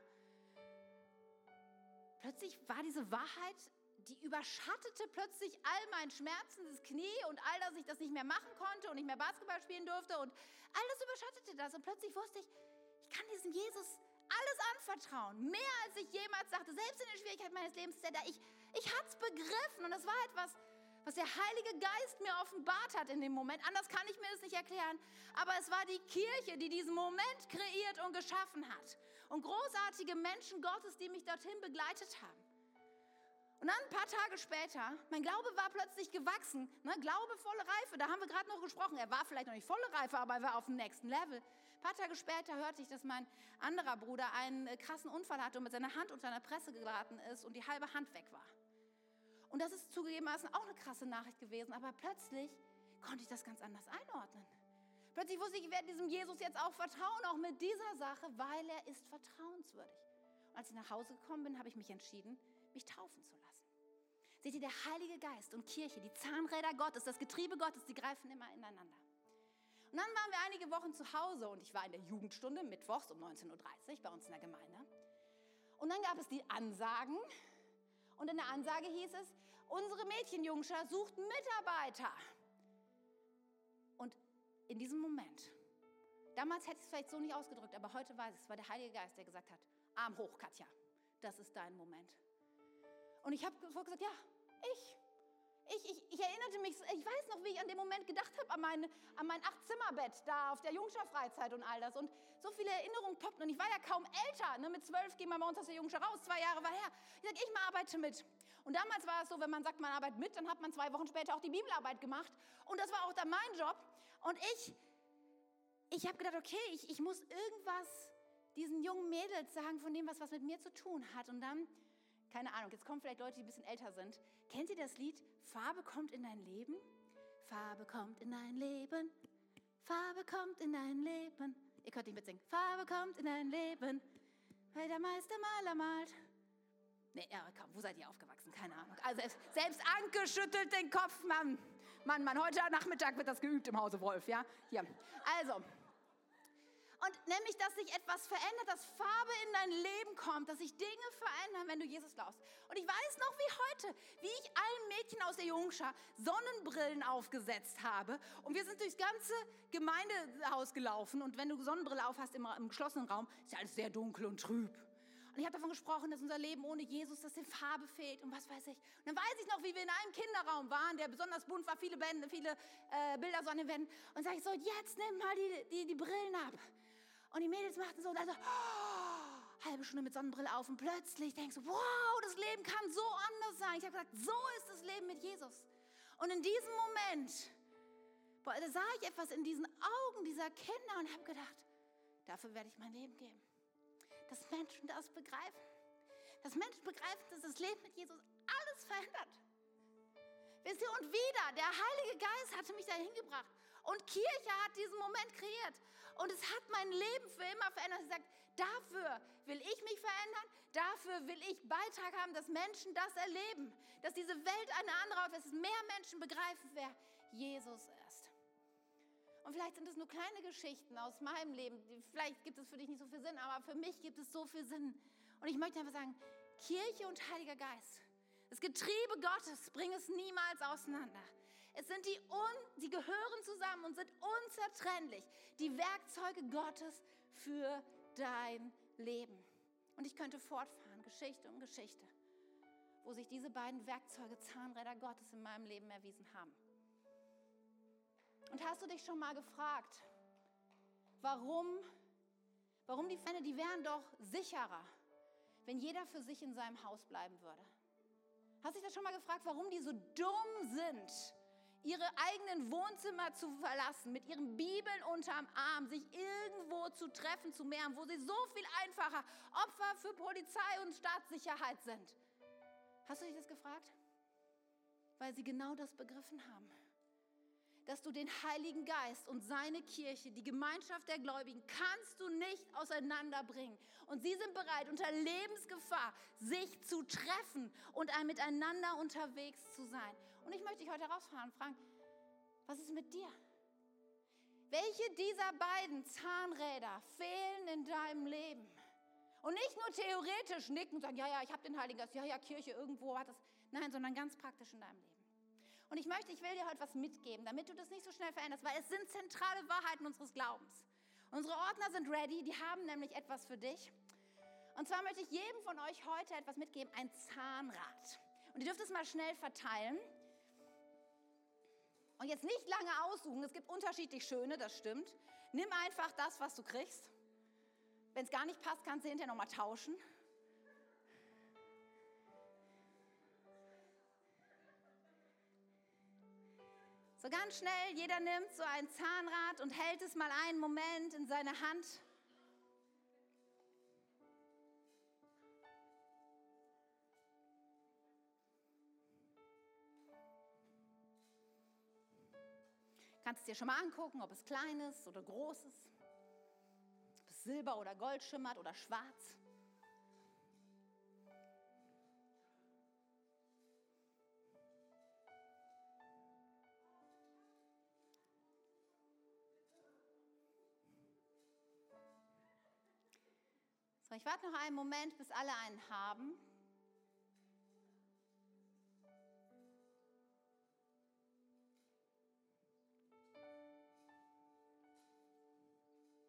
Plötzlich war diese Wahrheit, die überschattete plötzlich all meinen Schmerzen, das Knie und all, dass ich das nicht mehr machen konnte und nicht mehr Basketball spielen durfte und all das überschattete das. Und plötzlich wusste ich, ich kann diesem Jesus alles anvertrauen, mehr als ich jemals dachte, selbst in den Schwierigkeiten meines Lebens ist er da. Ich hatte es begriffen und das war etwas, was der Heilige Geist mir offenbart hat in dem Moment. Anders kann ich mir das nicht erklären. Aber es war die Kirche, die diesen Moment kreiert und geschaffen hat. Und großartige Menschen Gottes, die mich dorthin begleitet haben. Und dann ein paar Tage später, mein Glaube war plötzlich gewachsen. Ne? Glaube, volle Reife, da haben wir gerade noch gesprochen. Er war vielleicht noch nicht volle Reife, aber er war auf dem nächsten Level. Ein paar Tage später hörte ich, dass mein anderer Bruder einen krassen Unfall hatte und mit seiner Hand unter einer Presse geraten ist und die halbe Hand weg war. Und das ist zugegebenermaßen auch eine krasse Nachricht gewesen, aber plötzlich konnte ich das ganz anders einordnen. Plötzlich wusste ich, ich werde diesem Jesus jetzt auch vertrauen, auch mit dieser Sache, weil er ist vertrauenswürdig. Und als ich nach Hause gekommen bin, habe ich mich entschieden, mich taufen zu lassen. Seht ihr, der Heilige Geist und Kirche, die Zahnräder Gottes, das Getriebe Gottes, die greifen immer ineinander. Und dann waren wir einige Wochen zu Hause und ich war in der Jugendstunde mittwochs um 19.30 Uhr bei uns in der Gemeinde. Und dann gab es die Ansagen und in der Ansage hieß es, unsere Mädchenjungschar sucht Mitarbeiter. Und in diesem Moment, damals hätte ich es vielleicht so nicht ausgedrückt, aber heute weiß ich, es war der Heilige Geist, der gesagt hat, Arm hoch, Katja, das ist dein Moment. Und ich habe sofort gesagt, ja, Ich erinnerte mich, ich weiß noch, wie ich an den Moment gedacht habe, an mein 8-Zimmer-Bett da auf der Jungscher-Freizeit und all das. Und so viele Erinnerungen poppten. Und ich war ja kaum älter. Ne? Mit 12 ging man bei uns aus der Jungscher raus, 2 Jahre war her. Ich sage, ich arbeite mit. Und damals war es so, wenn man sagt, man arbeitet mit, dann hat man 2 Wochen später auch die Bibelarbeit gemacht. Und das war auch dann mein Job. Und ich habe gedacht, okay, ich muss irgendwas diesen jungen Mädels sagen von dem, was mit mir zu tun hat. Und dann, keine Ahnung, jetzt kommen vielleicht Leute, die ein bisschen älter sind. Kennt ihr das Lied? Farbe kommt in dein Leben? Farbe kommt in dein Leben. Farbe kommt in dein Leben. Ihr könnt nicht mitsingen. Farbe kommt in dein Leben, weil der Meister Maler malt. Nee, ja, komm, wo seid ihr aufgewachsen? Keine Ahnung. Also selbst Anke schüttelt den Kopf, Mann. Heute Nachmittag wird das geübt im Hause Wolf, ja? Hier. Also. Und nämlich, dass sich etwas verändert, dass Farbe in dein Leben kommt, dass sich Dinge verändern, wenn du Jesus glaubst. Und ich weiß noch wie heute, wie ich allen Mädchen aus der Jungschar Sonnenbrillen aufgesetzt habe. Und wir sind durchs ganze Gemeindehaus gelaufen. Und wenn du Sonnenbrille auf hast im geschlossenen Raum, ist ja alles sehr dunkel und trüb. Und ich habe davon gesprochen, dass unser Leben ohne Jesus, dass dem Farbe fehlt und was weiß ich. Und dann weiß ich noch, wie wir in einem Kinderraum waren, der besonders bunt war, viele Bilder so an den Wänden. Und sage ich so, jetzt nimm mal die Brillen ab. Und die Mädels machten so, und also, halbe Stunde mit Sonnenbrille auf und plötzlich denkst du, wow, das Leben kann so anders sein. Ich habe gesagt, so ist das Leben mit Jesus. Und in diesem Moment, da sah ich etwas in diesen Augen dieser Kinder und habe gedacht, dafür werde ich mein Leben geben. Dass Menschen das begreifen. Dass Menschen begreifen, dass das Leben mit Jesus alles verändert. Wisst ihr, und wieder, der Heilige Geist hatte mich dahin gebracht. Und Kirche hat diesen Moment kreiert. Und es hat mein Leben für immer verändert. Sie sagt, dafür will ich mich verändern, dafür will ich Beitrag haben, dass Menschen das erleben. Dass diese Welt eine andere wird, dass mehr Menschen begreifen, wer Jesus ist. Und vielleicht sind es nur kleine Geschichten aus meinem Leben. Vielleicht gibt es für dich nicht so viel Sinn, aber für mich gibt es so viel Sinn. Und ich möchte einfach sagen, Kirche und Heiliger Geist, das Getriebe Gottes, bring es niemals auseinander. Es sind die gehören zusammen und sind unzertrennlich. Die Werkzeuge Gottes für dein Leben. Und ich könnte fortfahren, Geschichte um Geschichte, wo sich diese beiden Werkzeuge, Zahnräder Gottes in meinem Leben erwiesen haben. Und hast du dich schon mal gefragt, warum die Fände, die wären doch sicherer, wenn jeder für sich in seinem Haus bleiben würde? Hast du dich das schon mal gefragt, warum die so dumm sind, ihre eigenen Wohnzimmer zu verlassen, mit ihren Bibeln unterm Arm, sich irgendwo zu treffen, zu mehren, wo sie so viel einfacher Opfer für Polizei und Staatssicherheit sind? Hast du dich das gefragt? Weil sie genau das begriffen haben. Dass du den Heiligen Geist und seine Kirche, die Gemeinschaft der Gläubigen, kannst du nicht auseinanderbringen. Und sie sind bereit, unter Lebensgefahr sich zu treffen und miteinander unterwegs zu sein. Und ich möchte dich heute herausfordern und fragen, was ist mit dir? Welche dieser beiden Zahnräder fehlen in deinem Leben? Und nicht nur theoretisch nicken und sagen, ja, ich habe den Heiligen Geist, ja, Kirche, irgendwo hat das. Nein, sondern ganz praktisch in deinem Leben. Und ich will dir heute was mitgeben, damit du das nicht so schnell veränderst, weil es sind zentrale Wahrheiten unseres Glaubens. Unsere Ordner sind ready, die haben nämlich etwas für dich. Und zwar möchte ich jedem von euch heute etwas mitgeben, ein Zahnrad. Und ihr dürft es mal schnell verteilen. Und jetzt nicht lange aussuchen, es gibt unterschiedlich schöne, das stimmt. Nimm einfach das, was du kriegst. Wenn es gar nicht passt, kannst du hinterher nochmal tauschen. So ganz schnell, jeder nimmt so ein Zahnrad und hält es mal einen Moment in seine Hand. Kannst es dir schon mal angucken, ob es klein ist oder groß ist, ob es Silber oder Gold schimmert oder schwarz. So, ich warte noch einen Moment, bis alle einen haben.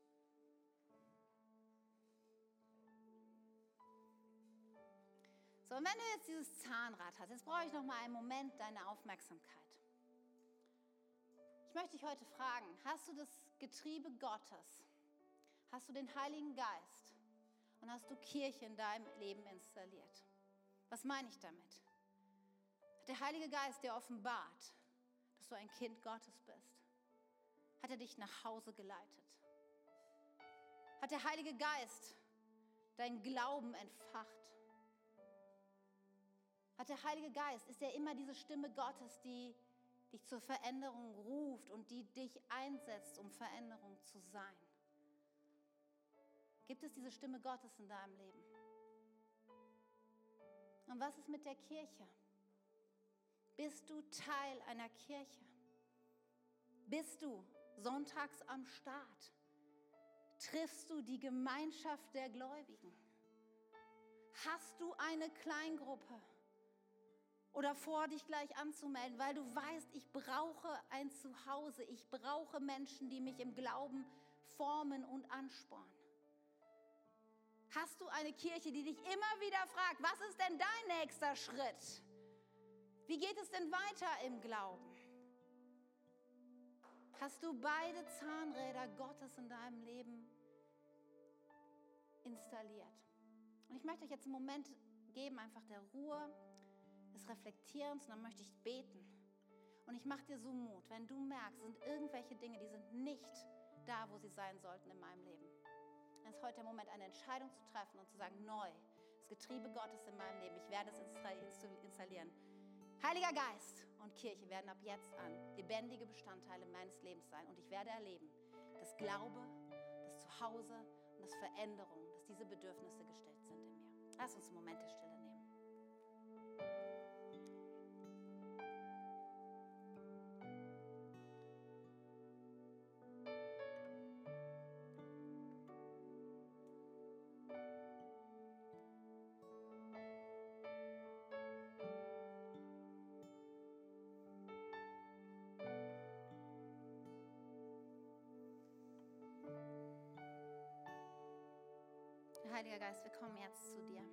So, So, und wenn du jetzt dieses Zahnrad hast, jetzt brauche ich noch mal einen Moment deine Aufmerksamkeit. Ich möchte dich heute fragen, hast du das Getriebe Gottes? Hast du den Heiligen Geist? Und hast du Kirche in deinem Leben installiert? Was meine ich damit? Hat der Heilige Geist dir offenbart, dass du ein Kind Gottes bist? Hat er dich nach Hause geleitet? Hat der Heilige Geist deinen Glauben entfacht? Hat der Heilige Geist, ist er immer diese Stimme Gottes, die dich zur Veränderung ruft und die dich einsetzt, um Veränderung zu sein? Gibt es diese Stimme Gottes in deinem Leben? Und was ist mit der Kirche? Bist du Teil einer Kirche? Bist du sonntags am Start? Triffst du die Gemeinschaft der Gläubigen? Hast du eine Kleingruppe? Oder vor, dich gleich anzumelden, weil du weißt, ich brauche ein Zuhause. Ich brauche Menschen, die mich im Glauben formen und anspornen. Hast du eine Kirche, die dich immer wieder fragt, was ist denn dein nächster Schritt? Wie geht es denn weiter im Glauben? Hast du beide Zahnräder Gottes in deinem Leben installiert? Und ich möchte euch jetzt einen Moment geben, einfach der Ruhe, des Reflektierens, und dann möchte ich beten. Und ich mache dir so Mut, wenn du merkst, es sind irgendwelche Dinge, die sind nicht da, wo sie sein sollten in meinem Leben. Dann ist heute der Moment, eine Entscheidung zu treffen und zu sagen, neu, das Getriebe Gottes in meinem Leben, ich werde es installieren. Heiliger Geist und Kirche werden ab jetzt an lebendige Bestandteile meines Lebens sein. Und ich werde erleben, dass Glaube, das Zuhause und das Veränderung, dass diese Bedürfnisse gestillt sind in mir. Lass uns einen Moment der Stille nehmen. Heiliger Geist, wir kommen jetzt zu dir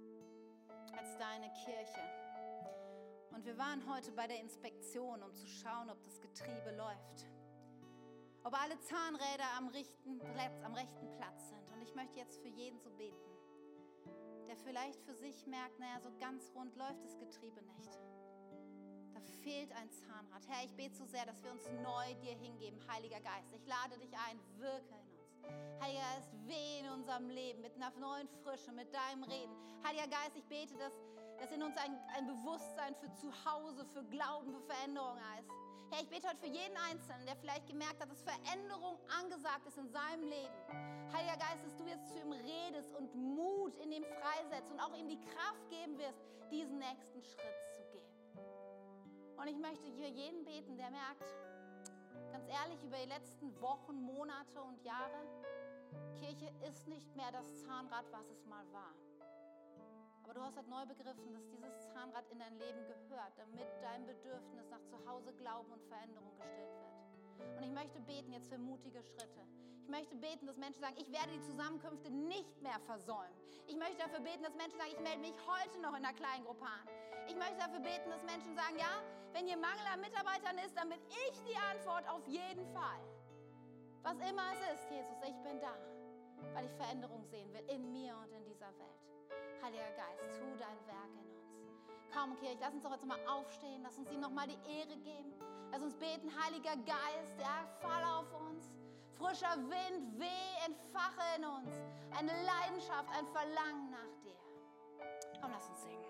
als deine Kirche. Und wir waren heute bei der Inspektion, um zu schauen, ob das Getriebe läuft. Ob alle Zahnräder am rechten Platz sind. Und ich möchte jetzt für jeden so beten, der vielleicht für sich merkt, naja, so ganz rund läuft das Getriebe nicht. Da fehlt ein Zahnrad. Herr, ich bete so sehr, dass wir uns neu dir hingeben, Heiliger Geist. Ich lade dich ein, wirke in uns. Heiliger Geist, weh in unserem Leben mit einer neuen Frische, mit deinem Reden. Heiliger Geist, ich bete, dass in uns ein Bewusstsein für Zuhause, für Glauben, für Veränderung ist. Herr, ich bete heute für jeden Einzelnen, der vielleicht gemerkt hat, dass Veränderung angesagt ist in seinem Leben. Heiliger Geist, dass du jetzt zu ihm redest und Mut in ihm freisetzt und auch ihm die Kraft geben wirst, diesen nächsten Schritt zu gehen. Und ich möchte für jeden beten, der merkt, ganz ehrlich, über die letzten Wochen, Monate und Jahre, Kirche ist nicht mehr das Zahnrad, was es mal war. Aber du hast halt neu begriffen, dass dieses Zahnrad in dein Leben gehört, damit dein Bedürfnis nach Zuhause, Glauben und Veränderung gestillt wird. Und ich möchte beten jetzt für mutige Schritte. Ich möchte beten, dass Menschen sagen, ich werde die Zusammenkünfte nicht mehr versäumen. Ich möchte dafür beten, dass Menschen sagen, ich melde mich heute noch in der Kleingruppe an. Ich möchte dafür beten, dass Menschen sagen, ja, wenn hier Mangel an Mitarbeitern ist, dann bin ich die Antwort auf jeden Fall. Was immer es ist, Jesus, ich bin da, weil ich Veränderung sehen will in mir und in dieser Welt. Heiliger Geist, tu dein Werk in uns. Komm, Kirche, lass uns doch jetzt mal aufstehen, lass uns ihm nochmal die Ehre geben. Lass uns beten, Heiliger Geist, ja, fall auf uns. Frischer Wind, weh, entfache in uns. Eine Leidenschaft, ein Verlangen nach dir. Komm, lass uns singen.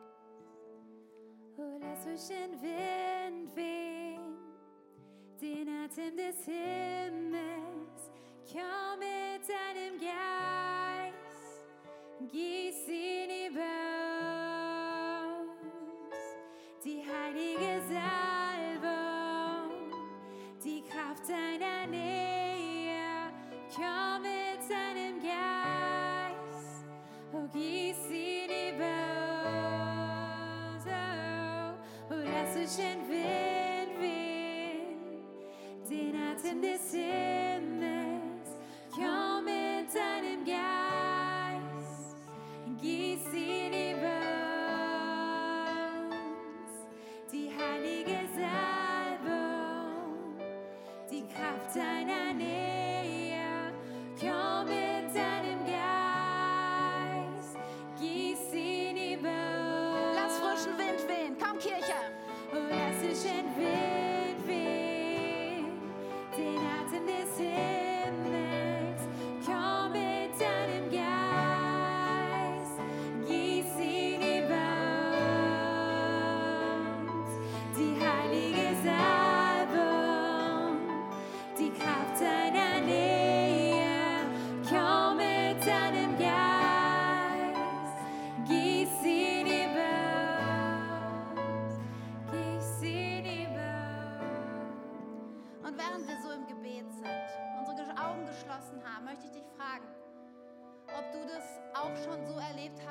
Oh, lass durch den Wind wehen, den Atem des Himmels. Komm mit deinem Geist, gieß ihn über uns. Die heilige Salbung, die Kraft deiner Nähe. Komm mit deinem Geist, oh, gieß ihn über uns. Oh, lass durch den Wind wehen, den Atem des Himmels. Komm mit deinem Geist, gieß ihn über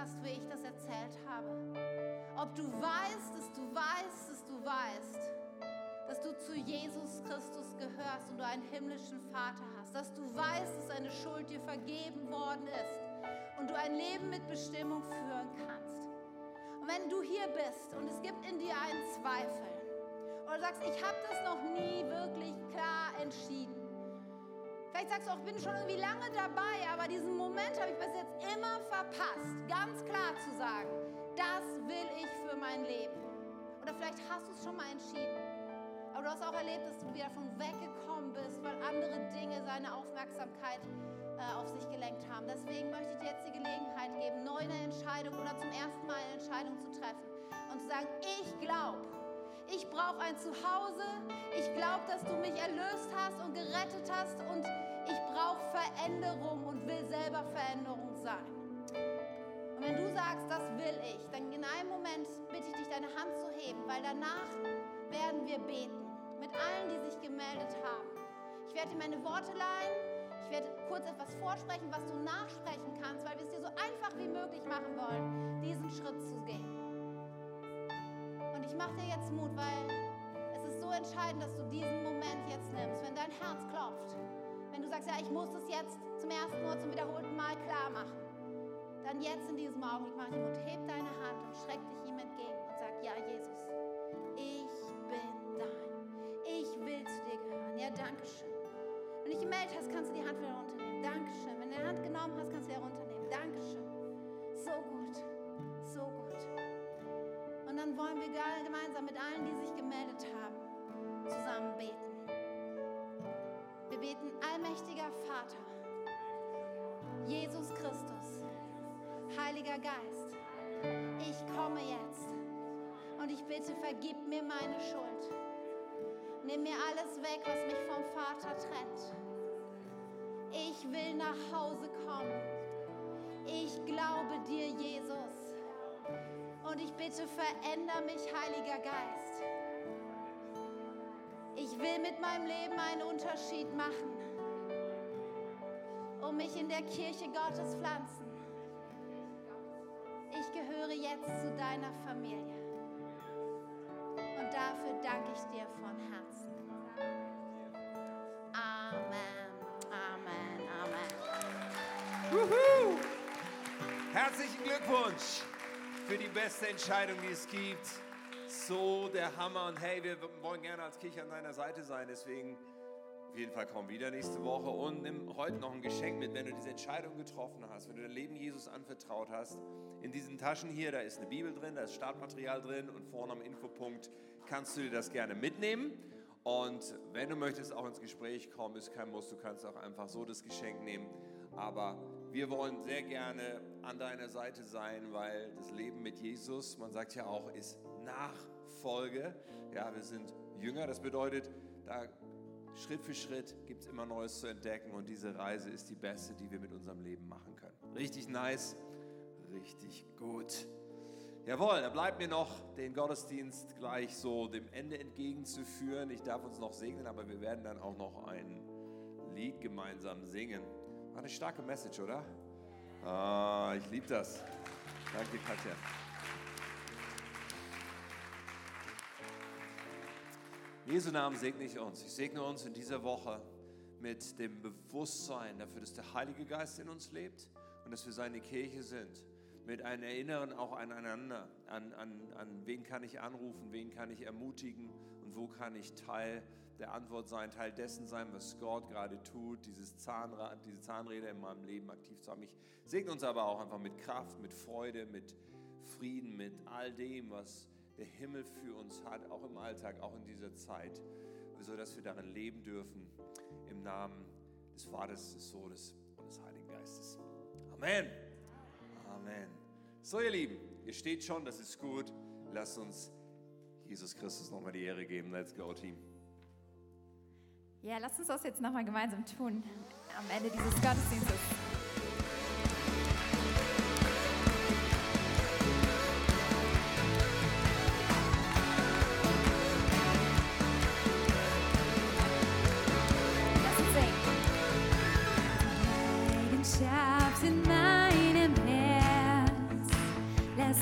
hast, wie ich das erzählt habe. Ob du weißt, dass du weißt, dass du weißt, dass du zu Jesus Christus gehörst und du einen himmlischen Vater hast. Dass du weißt, dass deine Schuld dir vergeben worden ist und du ein Leben mit Bestimmung führen kannst. Und wenn du hier bist und es gibt in dir einen Zweifel oder du sagst, ich habe das noch nie wirklich klar entschieden. Vielleicht sagst du auch, ich bin schon irgendwie lange dabei, aber diesen Moment habe ich bis jetzt immer verpasst, ganz klar zu sagen, das will ich für mein Leben. Oder vielleicht hast du es schon mal entschieden, aber du hast auch erlebt, dass du wieder davon weggekommen bist, weil andere Dinge seine Aufmerksamkeit auf sich gelenkt haben. Deswegen möchte ich dir jetzt die Gelegenheit geben, neu eine Entscheidung oder zum ersten Mal eine Entscheidung zu treffen und zu sagen, ich glaube, ich brauche ein Zuhause, ich glaube, dass du mich erlöst hast und gerettet hast und ich brauche Veränderung und will selber Veränderung sein. Und wenn du sagst, das will ich, dann in einem Moment bitte ich dich, deine Hand zu heben, weil danach werden wir beten mit allen, die sich gemeldet haben. Ich werde dir meine Worte leihen, ich werde kurz etwas vorsprechen, was du nachsprechen kannst, weil wir es dir so einfach wie möglich machen wollen, diesen Schritt zu gehen. Und ich mache dir jetzt Mut, weil es ist so entscheidend, dass du diesen Moment jetzt nimmst, wenn dein Herz klopft. Wenn du sagst, ja, ich muss es jetzt zum ersten oder zum wiederholten Mal klar machen, dann jetzt in diesem Augenblick mach ich Mut, heb deine Hand und streck dich ihm entgegen und sag, ja, Jesus, ich bin dein. Ich will zu dir gehören. Ja, danke schön. Wenn du dich gemeldet hast, kannst du die Hand wieder runternehmen. Dankeschön. Wenn du die Hand genommen hast, kannst du wieder runternehmen. Dankeschön. So gut. So gut. Und dann wollen wir gemeinsam mit allen, die sich gemeldet haben, zusammen beten. Wir beten, allmächtiger Vater, Jesus Christus, Heiliger Geist, ich komme jetzt und ich bitte, vergib mir meine Schuld. Nimm mir alles weg, was mich vom Vater trennt. Ich will nach Hause kommen. Ich glaube dir, Jesus. Und ich bitte, veränder mich, Heiliger Geist. Ich will mit meinem Leben einen Unterschied machen und mich in der Kirche Gottes pflanzen. Ich gehöre jetzt zu deiner Familie. Und dafür danke ich dir von Herzen. Amen, Amen, Amen. Juhu! Herzlichen Glückwunsch für die beste Entscheidung, die es gibt. So der Hammer. Und hey, wir wollen gerne als Kirche an deiner Seite sein. Deswegen auf jeden Fall komm wieder nächste Woche und nimm heute noch ein Geschenk mit, wenn du diese Entscheidung getroffen hast, wenn du dein Leben Jesus anvertraut hast. In diesen Taschen hier, da ist eine Bibel drin, da ist Startmaterial drin und vorne am Infopunkt kannst du dir das gerne mitnehmen. Und wenn du möchtest auch ins Gespräch kommen, ist kein Muss, du kannst auch einfach so das Geschenk nehmen. Aber wir wollen sehr gerne an deiner Seite sein, weil das Leben mit Jesus, man sagt ja auch, ist Nachfolge. Ja, wir sind Jünger, das bedeutet, da Schritt für Schritt gibt es immer Neues zu entdecken und diese Reise ist die beste, die wir mit unserem Leben machen können. Richtig nice, richtig gut. Jawohl, da bleibt mir noch den Gottesdienst gleich so dem Ende entgegenzuführen. Ich darf uns noch segnen, aber wir werden dann auch noch ein Lied gemeinsam singen. War eine starke Message, oder? Ah, ich liebe das. Danke, Katja. In Jesu Namen segne ich uns. Ich segne uns in dieser Woche mit dem Bewusstsein dafür, dass der Heilige Geist in uns lebt und dass wir seine Kirche sind. Mit einem Erinnern auch aneinander, an wen kann ich anrufen, wen kann ich ermutigen und wo kann ich Teil der Antwort sein, Teil dessen sein, was Gott gerade tut, diese Zahnräder in meinem Leben aktiv zu haben. Ich segne uns aber auch einfach mit Kraft, mit Freude, mit Frieden, mit all dem, was der Himmel für uns hat, auch im Alltag, auch in dieser Zeit, sodass wir darin leben dürfen, im Namen des Vaters, des Sohnes und des Heiligen Geistes. Amen. Amen. So, ihr Lieben, ihr steht schon, das ist gut. Lasst uns Jesus Christus nochmal die Ehre geben. Let's go, Team. Ja, lasst uns das jetzt nochmal gemeinsam tun, am Ende dieses Gottesdienstes. Lass uns singen. Leidenschaft in meinem Herz,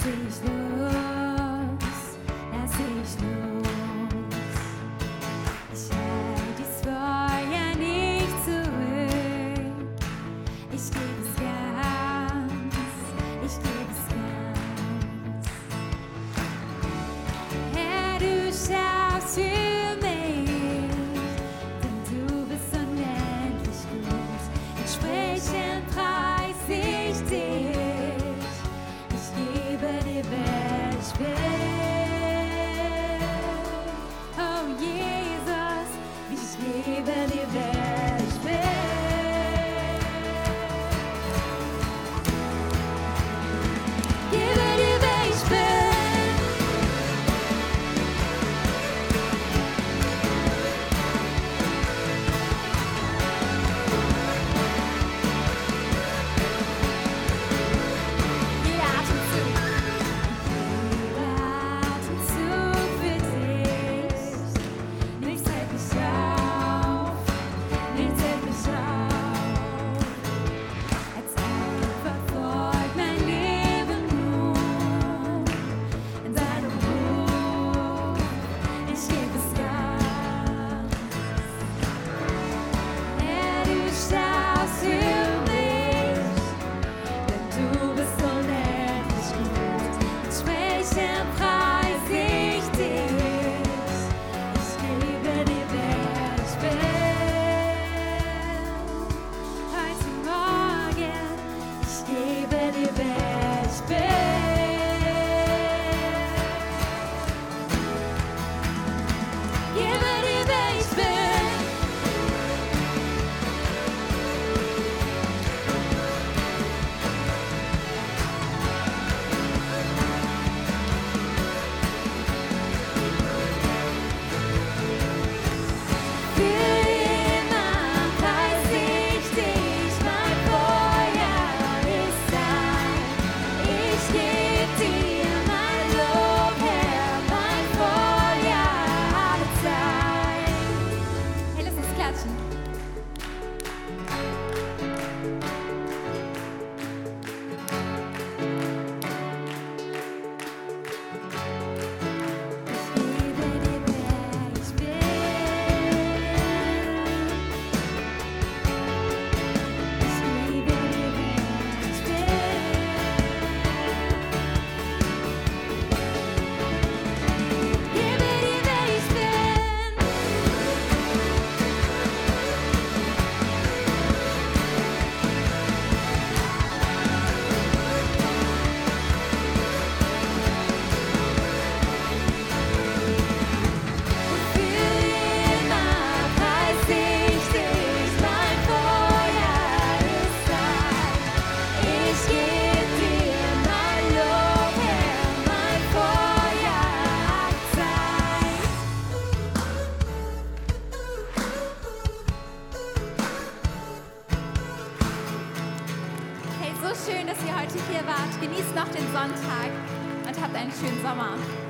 Schön, dass ihr heute hier wart. Genießt noch den Sonntag und habt einen schönen Sommer.